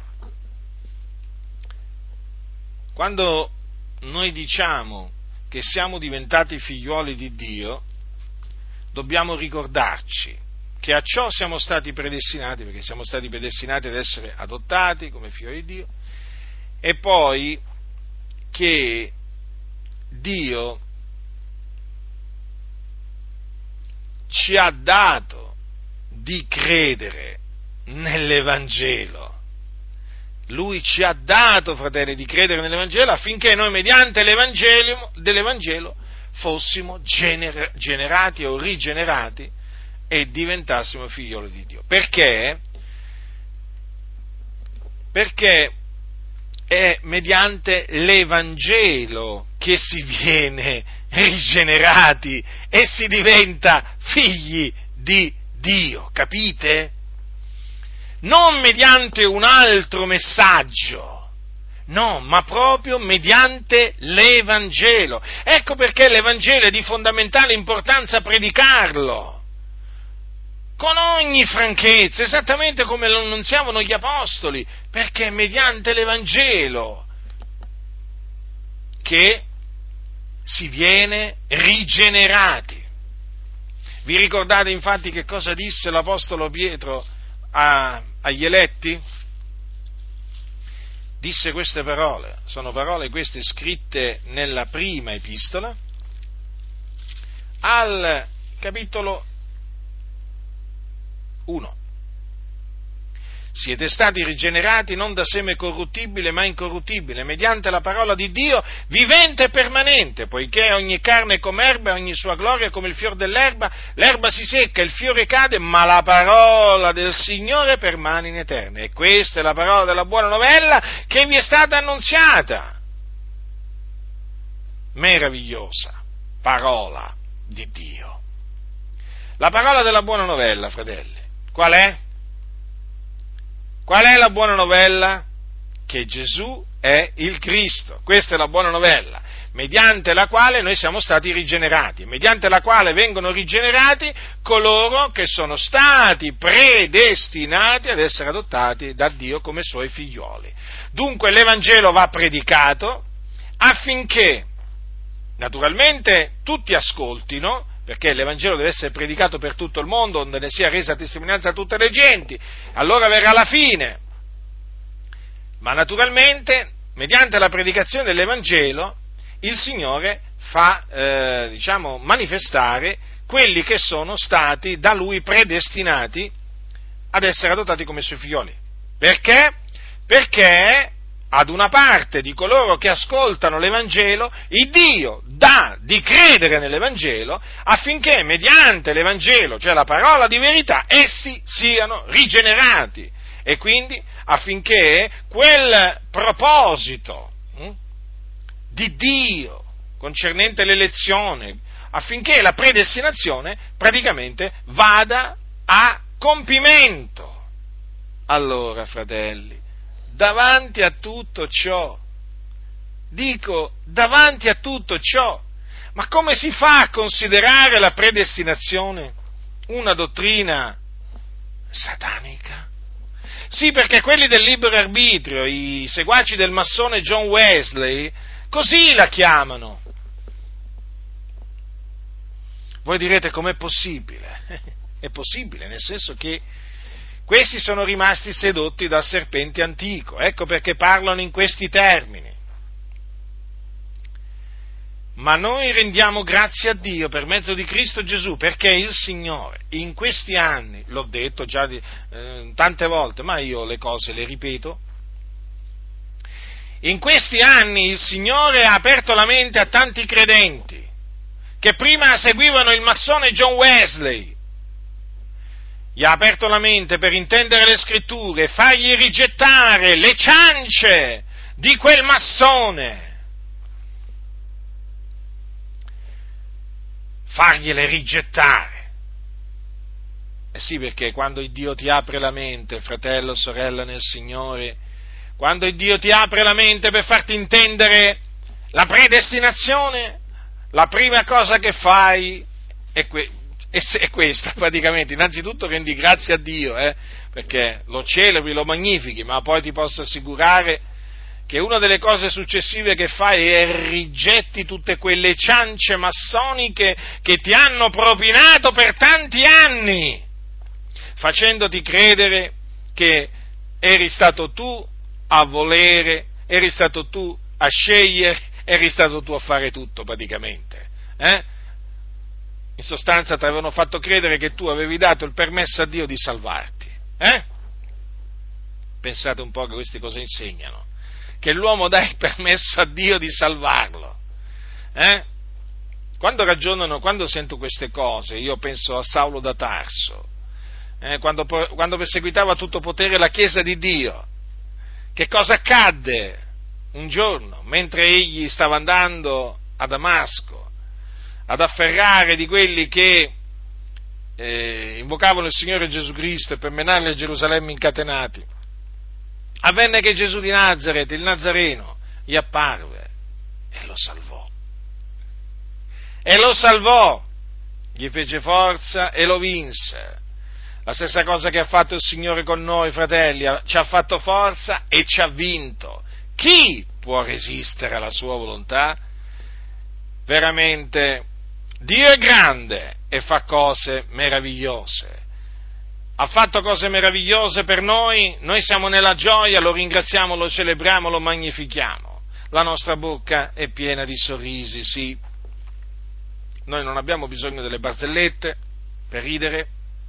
quando noi diciamo che siamo diventati figliuoli di Dio, dobbiamo ricordarci che a ciò siamo stati predestinati, perché siamo stati predestinati ad essere adottati come figli di Dio, e poi che Dio ci ha dato di credere nell'Evangelo. Lui ci ha dato, fratelli, di credere nell'Evangelo affinché noi, mediante dell'Evangelo, fossimo generati o rigenerati e diventassimo figlioli di Dio. Perché? Perché è mediante l'Evangelo che si viene rigenerati e si diventa figli di Dio, capite? Non mediante un altro messaggio, no, ma proprio mediante l'Evangelo. Ecco perché l'Evangelo è di fondamentale importanza predicarlo con ogni franchezza, esattamente come lo annunziavano gli apostoli, perché è mediante l'Evangelo che si viene rigenerati. Vi ricordate infatti che cosa disse l'Apostolo Pietro agli eletti? Disse queste parole, sono parole queste scritte nella prima epistola, al capitolo 1. Siete stati rigenerati non da seme corruttibile ma incorruttibile, mediante la parola di Dio vivente e permanente, poiché ogni carne è come erba e ogni sua gloria è come il fior dell'erba, l'erba si secca, il fiore cade, ma la parola del Signore permane in eterno. E questa è la parola della buona novella che vi è stata annunziata. Meravigliosa parola di Dio. La parola della buona novella, fratelli, qual è? Qual è la buona novella? Che Gesù è il Cristo. Questa è la buona novella, mediante la quale noi siamo stati rigenerati, mediante la quale vengono rigenerati coloro che sono stati predestinati ad essere adottati da Dio come suoi figlioli. Dunque l'Evangelo va predicato affinché, naturalmente, tutti ascoltino, perché l'Evangelo deve essere predicato per tutto il mondo, onde ne sia resa testimonianza a tutte le genti, allora verrà la fine. Ma naturalmente, mediante la predicazione dell'Evangelo, il Signore fa, manifestare quelli che sono stati da Lui predestinati ad essere adottati come Suoi figlioli. Perché? Perché ad una parte di coloro che ascoltano l'Evangelo, il Dio dà di credere nell'Evangelo affinché mediante l'Evangelo, cioè la parola di verità, essi siano rigenerati e quindi affinché quel proposito di Dio concernente l'elezione, affinché la predestinazione praticamente vada a compimento. Allora, fratelli, davanti a tutto ciò, ma come si fa a considerare la predestinazione una dottrina satanica? Sì, perché quelli del libero arbitrio, i seguaci del massone John Wesley, così la chiamano. Voi direte com'è possibile? È possibile, nel senso che questi sono rimasti sedotti dal serpente antico, ecco perché parlano in questi termini. Ma noi rendiamo grazie a Dio per mezzo di Cristo Gesù, perché il Signore in questi anni, l'ho detto già tante volte, ma io le cose le ripeto, in questi anni il Signore ha aperto la mente a tanti credenti che prima seguivano il massone John Wesley. Gli ha aperto la mente per intendere le scritture e fargli rigettare le ciance di quel massone. Fargliele rigettare. Eh sì, perché quando il Dio ti apre la mente, fratello, sorella nel Signore, quando il Dio ti apre la mente per farti intendere la predestinazione, la prima cosa che fai è questa, praticamente. Innanzitutto rendi grazie a Dio, perché lo celebri, lo magnifichi, ma poi ti posso assicurare che una delle cose successive che fai è rigetti tutte quelle ciance massoniche che ti hanno propinato per tanti anni, facendoti credere che eri stato tu a volere, eri stato tu a scegliere, eri stato tu a fare tutto praticamente, In sostanza ti avevano fatto credere che tu avevi dato il permesso a Dio di salvarti, Pensate un po' che queste cose insegnano, che l'uomo dà il permesso a Dio di salvarlo, Quando sento queste cose, io penso a Saulo da Tarso, quando perseguitava a tutto potere la Chiesa di Dio. Che cosa accadde un giorno, mentre egli stava andando a Damasco ad afferrare di quelli che invocavano il Signore Gesù Cristo e per menarli a Gerusalemme incatenati? Avvenne che Gesù di Nazaret, il Nazareno, gli apparve e lo salvò, gli fece forza e lo vinse. La stessa cosa che ha fatto il Signore con noi, fratelli, ci ha fatto forza e ci ha vinto. Chi può resistere alla sua volontà? Veramente, Dio è grande e fa cose meravigliose. Ha fatto cose meravigliose per noi siamo nella gioia, lo ringraziamo, lo celebriamo, lo magnifichiamo. La nostra bocca è piena di sorrisi, sì. Noi non abbiamo bisogno delle barzellette per ridere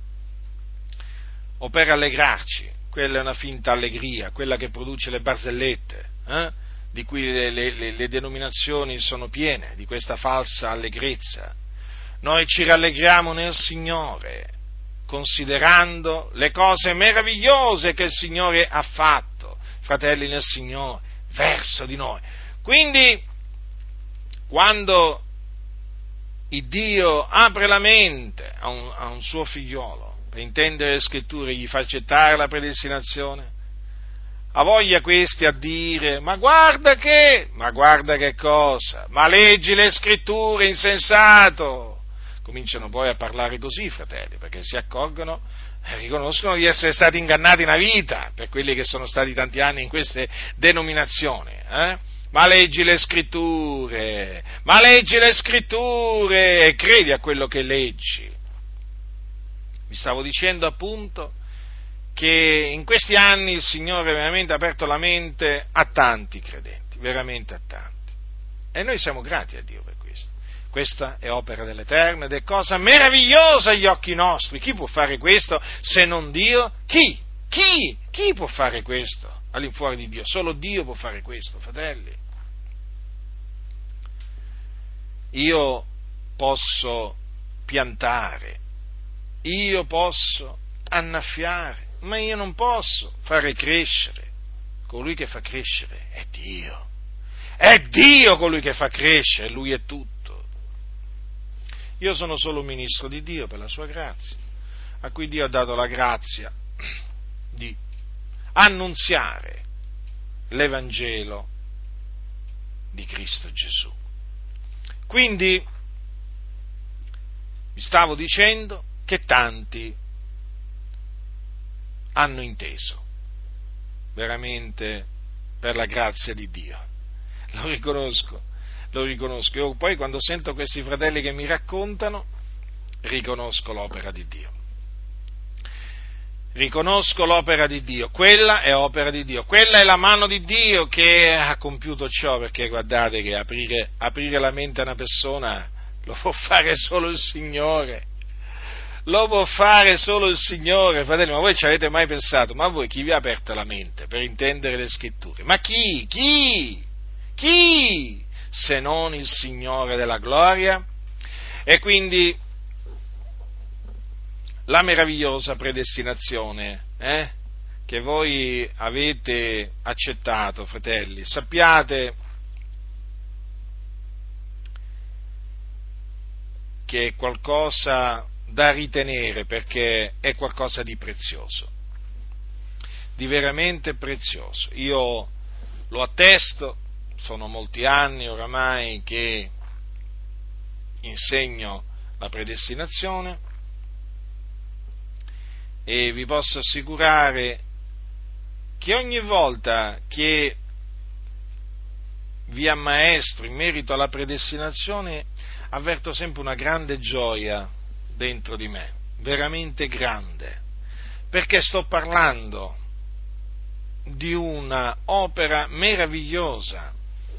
o per allegrarci, quella è una finta allegria, quella che produce le barzellette, di cui le denominazioni sono piene, di questa falsa allegrezza. Noi ci rallegriamo nel Signore, considerando le cose meravigliose che il Signore ha fatto, fratelli nel Signore, verso di noi. Quindi, quando il Dio apre la mente a un suo figliolo per intendere le scritture, gli fa accettare la predestinazione, ha voglia questi a dire: ma guarda che cosa, ma leggi le scritture, insensato. Cominciano poi a parlare così, fratelli, perché si accorgono e riconoscono di essere stati ingannati una vita, per quelli che sono stati tanti anni in queste denominazioni, Ma leggi le scritture, e credi a quello che leggi. Vi stavo dicendo appunto che in questi anni il Signore veramente ha aperto la mente a tanti credenti, veramente a tanti. E noi siamo grati a Dio per questo. Questa è opera dell'Eterno ed è cosa meravigliosa agli occhi nostri. Chi può fare questo se non Dio? Chi? Chi può fare questo all'infuori di Dio? Solo Dio può fare questo, fratelli. Io posso piantare, io posso annaffiare, ma io non posso fare crescere. Colui che fa crescere è Dio. È Dio colui che fa crescere, Lui è tutto. Io sono solo un ministro di Dio per la sua grazia, a cui Dio ha dato la grazia di annunziare l'Evangelo di Cristo Gesù. Quindi vi stavo dicendo che tanti hanno inteso, veramente per la grazia di Dio. Lo riconosco. Io poi quando sento questi fratelli che mi raccontano, riconosco l'opera di Dio. Riconosco l'opera di Dio, quella è opera di Dio, quella è la mano di Dio che ha compiuto ciò, perché guardate che aprire la mente a una persona lo può fare solo il Signore. Lo può fare solo il Signore, fratelli, ma voi ci avete mai pensato? Ma voi chi vi ha aperto la mente per intendere le scritture? Ma chi? Chi? Se non il Signore della gloria? E quindi la meravigliosa predestinazione che voi avete accettato, fratelli, sappiate che è qualcosa da ritenere, perché è qualcosa di prezioso, di veramente prezioso. Io lo attesto, sono molti anni oramai che insegno la predestinazione e vi posso assicurare che ogni volta che vi ammaestro in merito alla predestinazione avverto sempre una grande gioia dentro di me, veramente grande, perché sto parlando di una opera meravigliosa,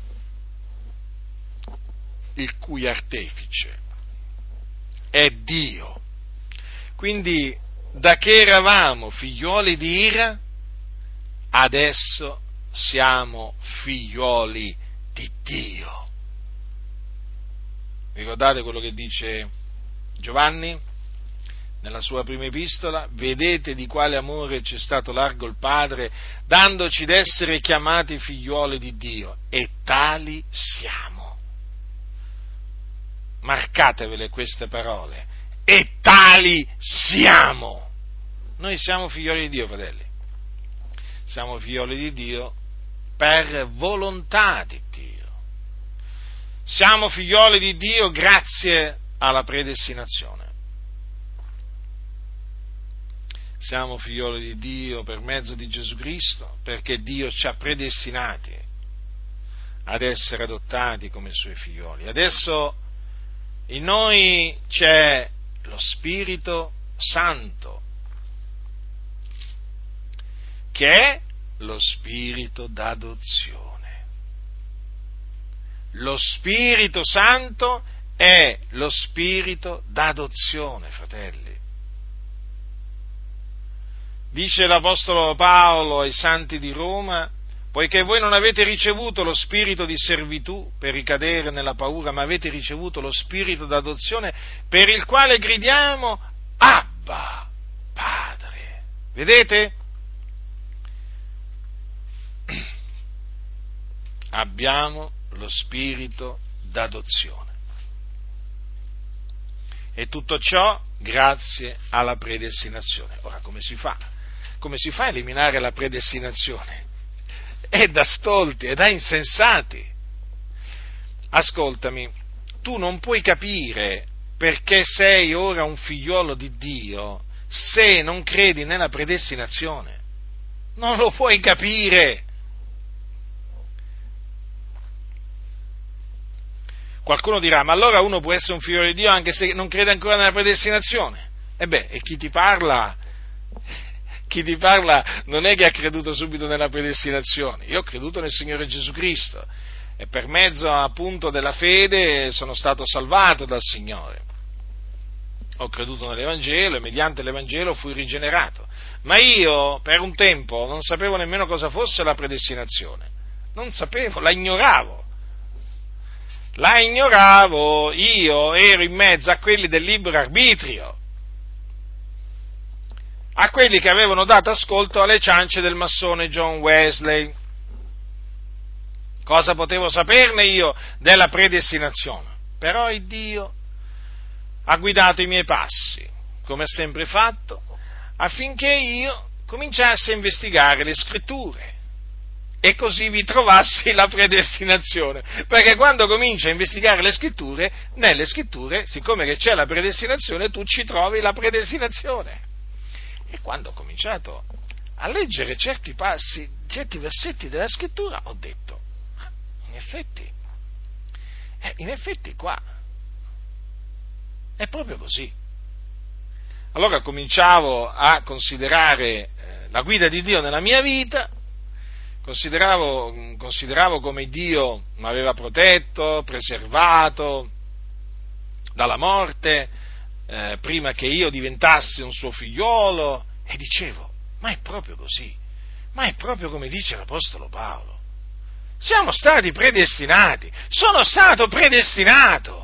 il cui artefice è Dio. Quindi, da che eravamo figlioli di ira, adesso siamo figlioli di Dio. Ricordate quello che dice Giovanni nella sua prima epistola? Vedete di quale amore ci è stato largo il Padre, dandoci d'essere chiamati figlioli di Dio, e tali siamo. Marcatevele queste parole, e tali siamo. Noi siamo figlioli di Dio, fratelli. Siamo figlioli di Dio per volontà di Dio. Siamo figlioli di Dio grazie alla predestinazione. siamo figlioli di Dio per mezzo di Gesù Cristo, perché Dio ci ha predestinati ad essere adottati come Suoi figlioli. Adesso in noi c'è lo Spirito Santo, che è lo Spirito d'adozione. Lo Spirito Santo è lo Spirito d'adozione, fratelli. Dice l'Apostolo Paolo ai santi di Roma: poiché voi non avete ricevuto lo spirito di servitù per ricadere nella paura, ma avete ricevuto lo spirito d'adozione per il quale gridiamo Abba, Padre. Vedete? Abbiamo lo spirito d'adozione. E tutto ciò grazie alla predestinazione. Ora, come si fa? Come si fa a eliminare la predestinazione? È da stolti, è da insensati. Ascoltami, tu non puoi capire perché sei ora un figliolo di Dio se non credi nella predestinazione. Non lo puoi capire. Qualcuno dirà: ma allora uno può essere un figlio di Dio anche se non crede ancora nella predestinazione? E chi ti parla non è che ha creduto subito nella predestinazione. Io ho creduto nel Signore Gesù Cristo e per mezzo appunto della fede sono stato salvato dal Signore. Ho creduto nell'Evangelo e mediante l'Evangelo fui rigenerato. Ma io per un tempo non sapevo nemmeno cosa fosse la predestinazione. Non sapevo, la ignoravo, io ero in mezzo a quelli del libero arbitrio, a quelli che avevano dato ascolto alle ciance del massone John Wesley. Cosa potevo saperne io della predestinazione? Però il Dio ha guidato i miei passi, come ha sempre fatto, affinché io cominciassi a investigare le Scritture e così vi trovassi la predestinazione, perché quando cominci a investigare le Scritture, nelle Scritture, siccome che c'è la predestinazione, tu ci trovi la predestinazione. E quando ho cominciato a leggere certi versetti della Scrittura, ho detto: in effetti qua è proprio così. Allora cominciavo a considerare la guida di Dio nella mia vita, consideravo come Dio mi aveva protetto, preservato dalla morte, prima che io diventassi un suo figliolo, e dicevo: ma è proprio così, ma è proprio come dice l'Apostolo Paolo. Siamo stati predestinati, sono stato predestinato.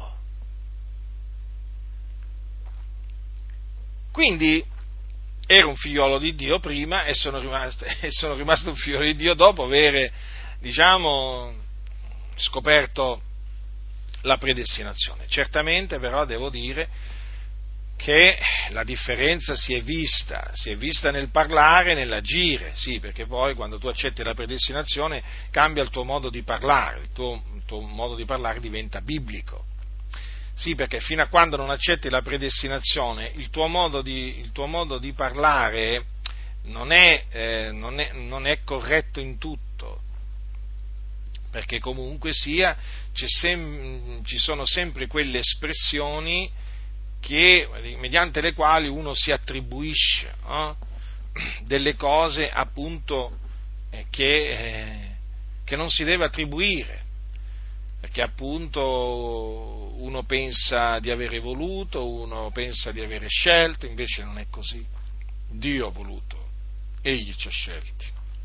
Quindi ero un figliolo di Dio prima e sono rimasto un figliolo di Dio dopo aver, scoperto la predestinazione. Certamente però devo dire che la differenza si è vista nel parlare e nell'agire, sì, perché poi quando tu accetti la predestinazione cambia il tuo modo di parlare, il tuo modo di parlare diventa biblico. Sì, perché fino a quando non accetti la predestinazione il tuo modo di parlare non è corretto in tutto, perché comunque sia ci sono sempre quelle espressioni mediante le quali uno si attribuisce delle cose appunto che non si deve attribuire, perché appunto uno pensa di avere voluto, uno pensa di avere scelto, invece non è così. Dio ha voluto, Egli ci ha scelti.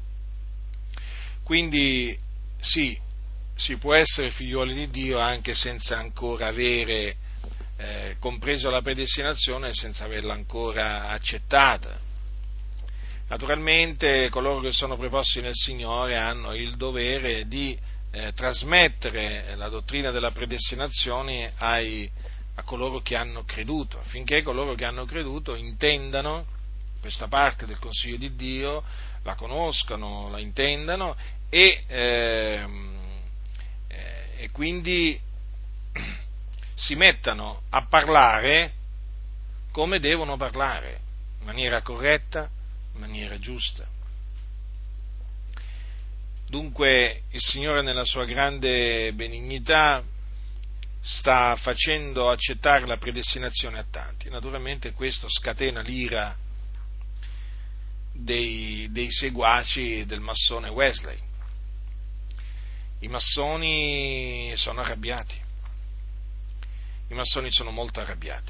Quindi sì, si può essere figlioli di Dio anche senza ancora avere compreso la predestinazione e senza averla ancora accettata. Naturalmente coloro che sono preposti nel Signore hanno il dovere di trasmettere la dottrina della predestinazione a coloro che hanno creduto, affinché coloro che hanno creduto intendano questa parte del consiglio di Dio, la conoscano, la intendano e quindi si mettano a parlare come devono parlare, in maniera corretta, in maniera giusta. Dunque il Signore nella sua grande benignità sta facendo accettare la predestinazione a tanti. Naturalmente questo scatena l'ira dei seguaci del massone Wesley. I massoni sono arrabbiati, i massoni sono molto arrabbiati,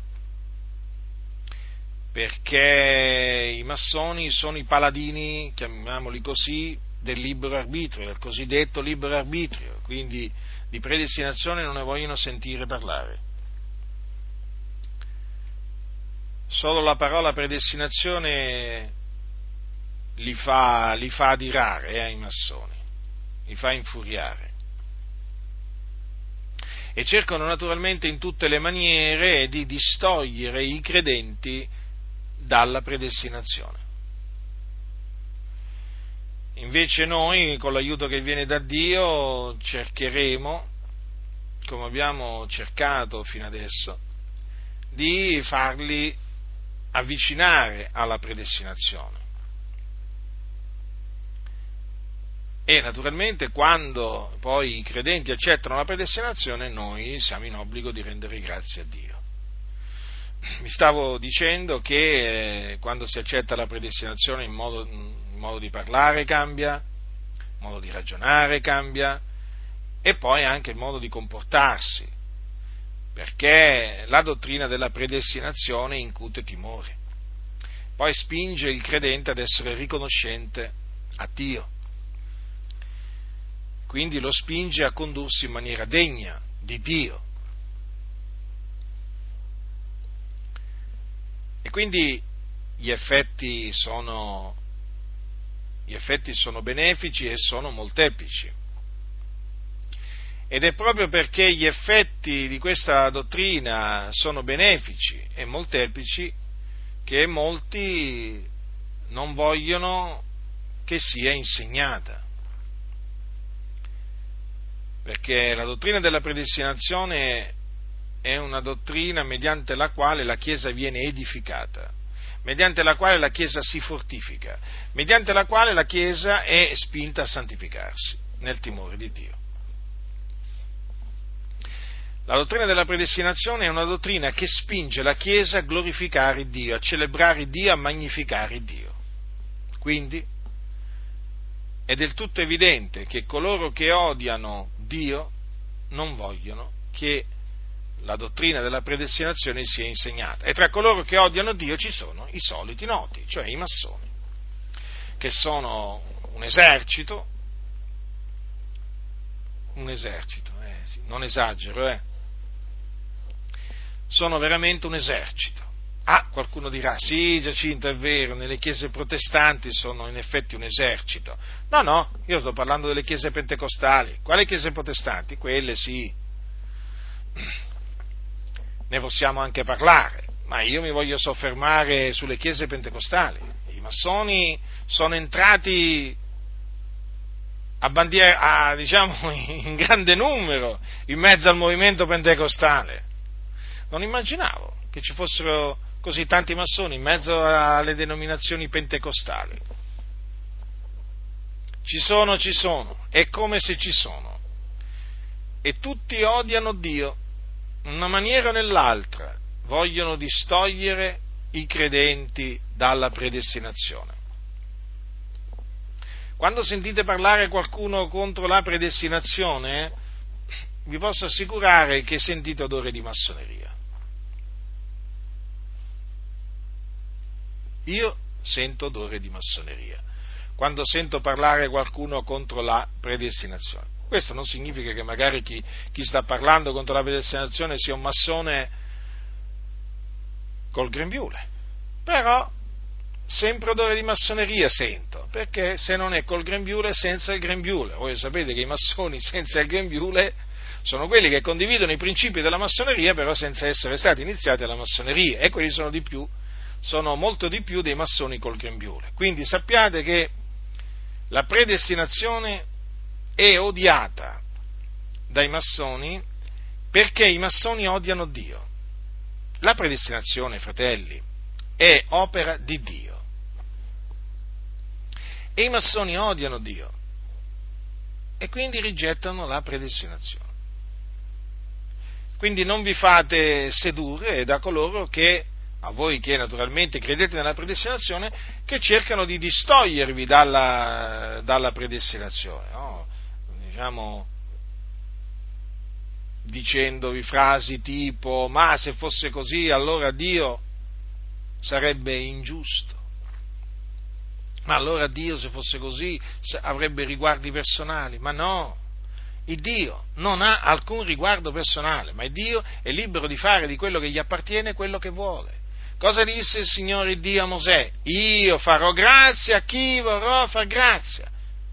perché i massoni sono i paladini, chiamiamoli così, del libero arbitrio, del cosiddetto libero arbitrio, quindi di predestinazione non ne vogliono sentire parlare. Solo la parola predestinazione li fa adirare ai massoni, li fa infuriare. E cercano naturalmente in tutte le maniere di distogliere i credenti dalla predestinazione. Invece noi, con l'aiuto che viene da Dio, cercheremo, come abbiamo cercato fino adesso, di farli avvicinare alla predestinazione. E naturalmente quando poi i credenti accettano la predestinazione, noi siamo in obbligo di rendere grazie a Dio. Vi stavo dicendo che quando si accetta la predestinazione il modo di parlare cambia, il modo di ragionare cambia e poi anche il modo di comportarsi, perché la dottrina della predestinazione incute timore, poi spinge il credente ad essere riconoscente a Dio, quindi lo spinge a condursi in maniera degna di Dio. E quindi gli effetti sono benefici e sono molteplici. Ed è proprio perché gli effetti di questa dottrina sono benefici e molteplici che molti non vogliono che sia insegnata. Perché la dottrina della predestinazione è una dottrina mediante la quale la Chiesa viene edificata, mediante la quale la Chiesa si fortifica, mediante la quale la Chiesa è spinta a santificarsi nel timore di Dio. La dottrina della predestinazione è una dottrina che spinge la Chiesa a glorificare Dio, a celebrare Dio, a magnificare Dio. Quindi è del tutto evidente che coloro che odiano Dio non vogliono che la dottrina della predestinazione sia insegnata. E tra coloro che odiano Dio ci sono i soliti noti, cioè i massoni, che sono un esercito, sì, non esagero, sono veramente un esercito. Qualcuno dirà, sì Giacinto, è vero, nelle chiese protestanti sono in effetti un esercito. No, io sto parlando delle chiese pentecostali. Quali chiese protestanti? Quelle sì. Ne possiamo anche parlare, ma io mi voglio soffermare sulle chiese pentecostali. I massoni sono entrati in grande numero in mezzo al movimento pentecostale. Non immaginavo che ci fossero così tanti massoni in mezzo alle denominazioni pentecostali. Ci sono, è come se ci sono. E tutti odiano Dio. In una maniera o nell'altra vogliono distogliere i credenti dalla predestinazione. Quando sentite parlare qualcuno contro la predestinazione, vi posso assicurare che sentite odore di massoneria. Io sento odore di massoneria quando sento parlare qualcuno contro la predestinazione. Questo non significa che magari chi sta parlando contro la predestinazione sia un massone col grembiule, però sempre odore di massoneria sento, perché se non è col grembiule, senza il grembiule. Voi sapete che i massoni senza il grembiule sono quelli che condividono i principi della massoneria, però senza essere stati iniziati alla massoneria, e quelli sono molto di più dei massoni col grembiule. Quindi sappiate che la predestinazione è odiata dai massoni perché i massoni odiano Dio. La predestinazione, fratelli, è opera di Dio. E i massoni odiano Dio e quindi rigettano la predestinazione. Quindi non vi fate sedurre da coloro che, a voi che naturalmente credete nella predestinazione, che cercano di distogliervi dalla predestinazione, no? Diciamo, dicendovi frasi tipo: ma se fosse così allora Dio sarebbe ingiusto, ma allora Dio se fosse così avrebbe riguardi personali. Ma no, il Dio non ha alcun riguardo personale, ma il Dio è libero di fare di quello che gli appartiene quello che vuole. Cosa disse il Signore Dio a Mosè? Io farò grazia a chi vorrò far grazia.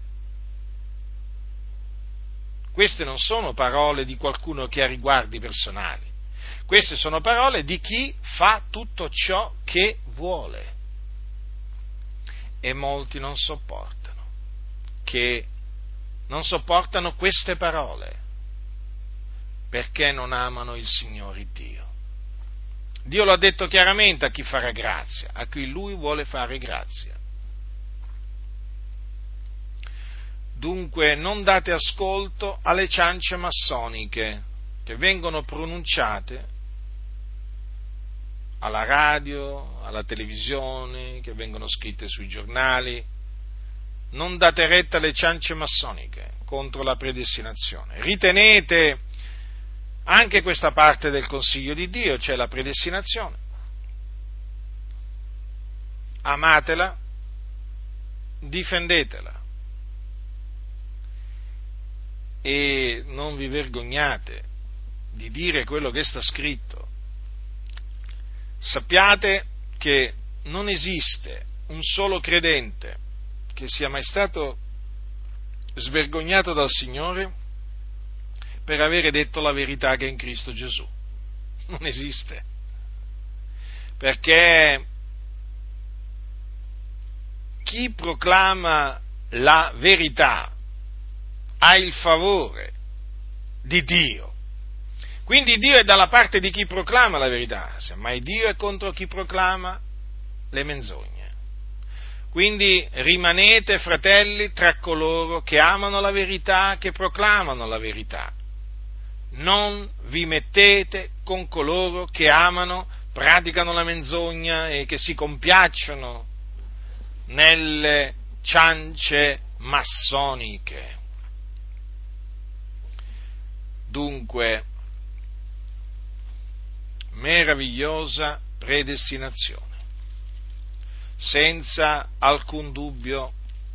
Queste non sono parole di qualcuno che ha riguardi personali, queste sono parole di chi fa tutto ciò che vuole. E molti non sopportano queste parole, perché non amano il Signore Dio. Dio lo ha detto chiaramente a chi farà grazia, a cui Lui vuole fare grazia. Dunque non date ascolto alle ciance massoniche che vengono pronunciate alla radio, alla televisione, che vengono scritte sui giornali. Non date retta alle ciance massoniche contro la predestinazione. Ritenete anche questa parte del consiglio di Dio, cioè la predestinazione. Amatela, difendetela e non vi vergognate di dire quello che sta scritto. Sappiate che non esiste un solo credente che sia mai stato svergognato dal Signore per avere detto la verità che è in Cristo Gesù. Non esiste. Perché chi proclama la verità ha il favore di Dio. Quindi Dio è dalla parte di chi proclama la verità, semmai Dio è contro chi proclama le menzogne. Quindi rimanete, fratelli, tra coloro che amano la verità, che proclamano la verità. Non vi mettete con coloro che amano, praticano la menzogna e che si compiacciono nelle ciance massoniche. Dunque, meravigliosa predestinazione, senza alcun dubbio.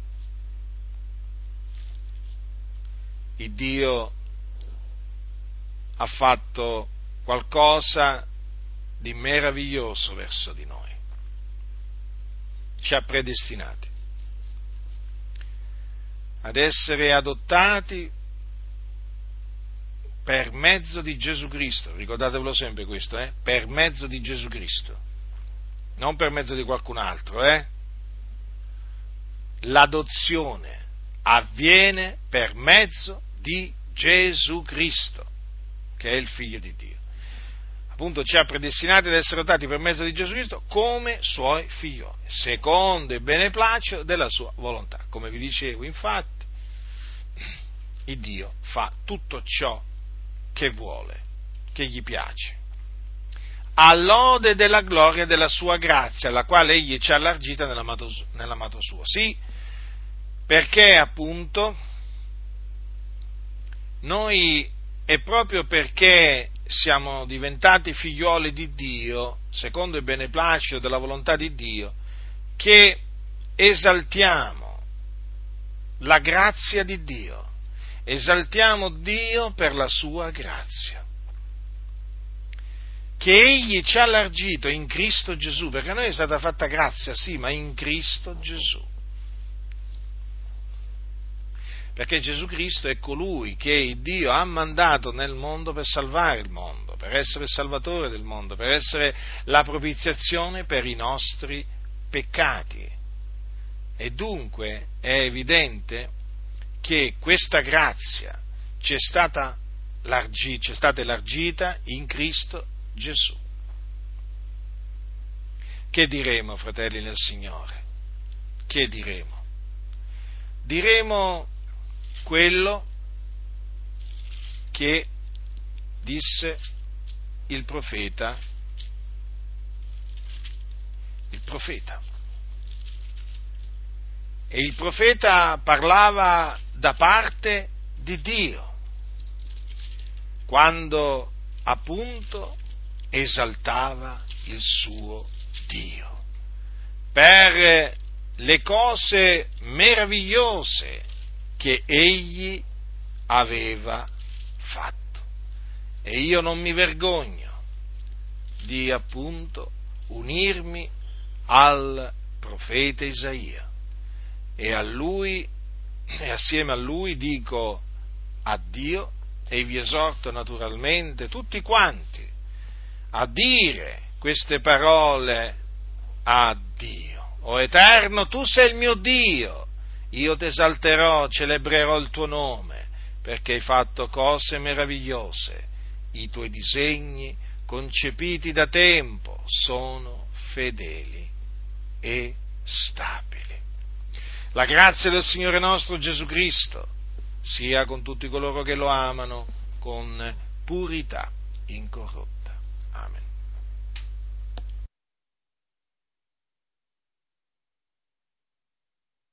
Il Dio ha fatto qualcosa di meraviglioso verso di noi, ci ha predestinati ad essere adottati per mezzo di Gesù Cristo, ricordatevelo sempre questo, per mezzo di Gesù Cristo, non per mezzo di qualcun altro, L'adozione avviene per mezzo di Gesù Cristo, che è il Figlio di Dio. Appunto ci ha predestinati ad essere adottati per mezzo di Gesù Cristo come Suoi figlioli, secondo il beneplacito della Sua volontà. Come vi dicevo, infatti, il Dio fa tutto ciò che vuole, che gli piace, all'ode della gloria della sua grazia, alla quale egli ci ha allargita nell'amato suo. Sì, perché appunto noi, è proprio perché siamo diventati figlioli di Dio, secondo il beneplacito della volontà di Dio, che esaltiamo la grazia di Dio. Esaltiamo Dio per la sua grazia, che Egli ci ha allargito in Cristo Gesù, perché a noi è stata fatta grazia, sì, ma in Cristo Gesù. Perché Gesù Cristo è colui che Dio ha mandato nel mondo per salvare il mondo, per essere il salvatore del mondo, per essere la propiziazione per i nostri peccati. E dunque è evidente che questa grazia ci è stata elargita in Cristo Gesù. Che diremo, fratelli nel Signore? Che diremo? Diremo quello che disse il profeta. E il profeta parlava da parte di Dio, quando appunto esaltava il suo Dio per le cose meravigliose che egli aveva fatto. E io non mi vergogno di appunto unirmi al profeta Isaia e a lui, e assieme a lui dico addio, e vi esorto naturalmente tutti quanti a dire queste parole a Dio. O Eterno, tu sei il mio Dio, io ti esalterò, celebrerò il tuo nome, perché hai fatto cose meravigliose, i tuoi disegni concepiti da tempo sono fedeli e stabili. La grazia del Signore nostro Gesù Cristo sia con tutti coloro che lo amano con purità incorrotta. Amen.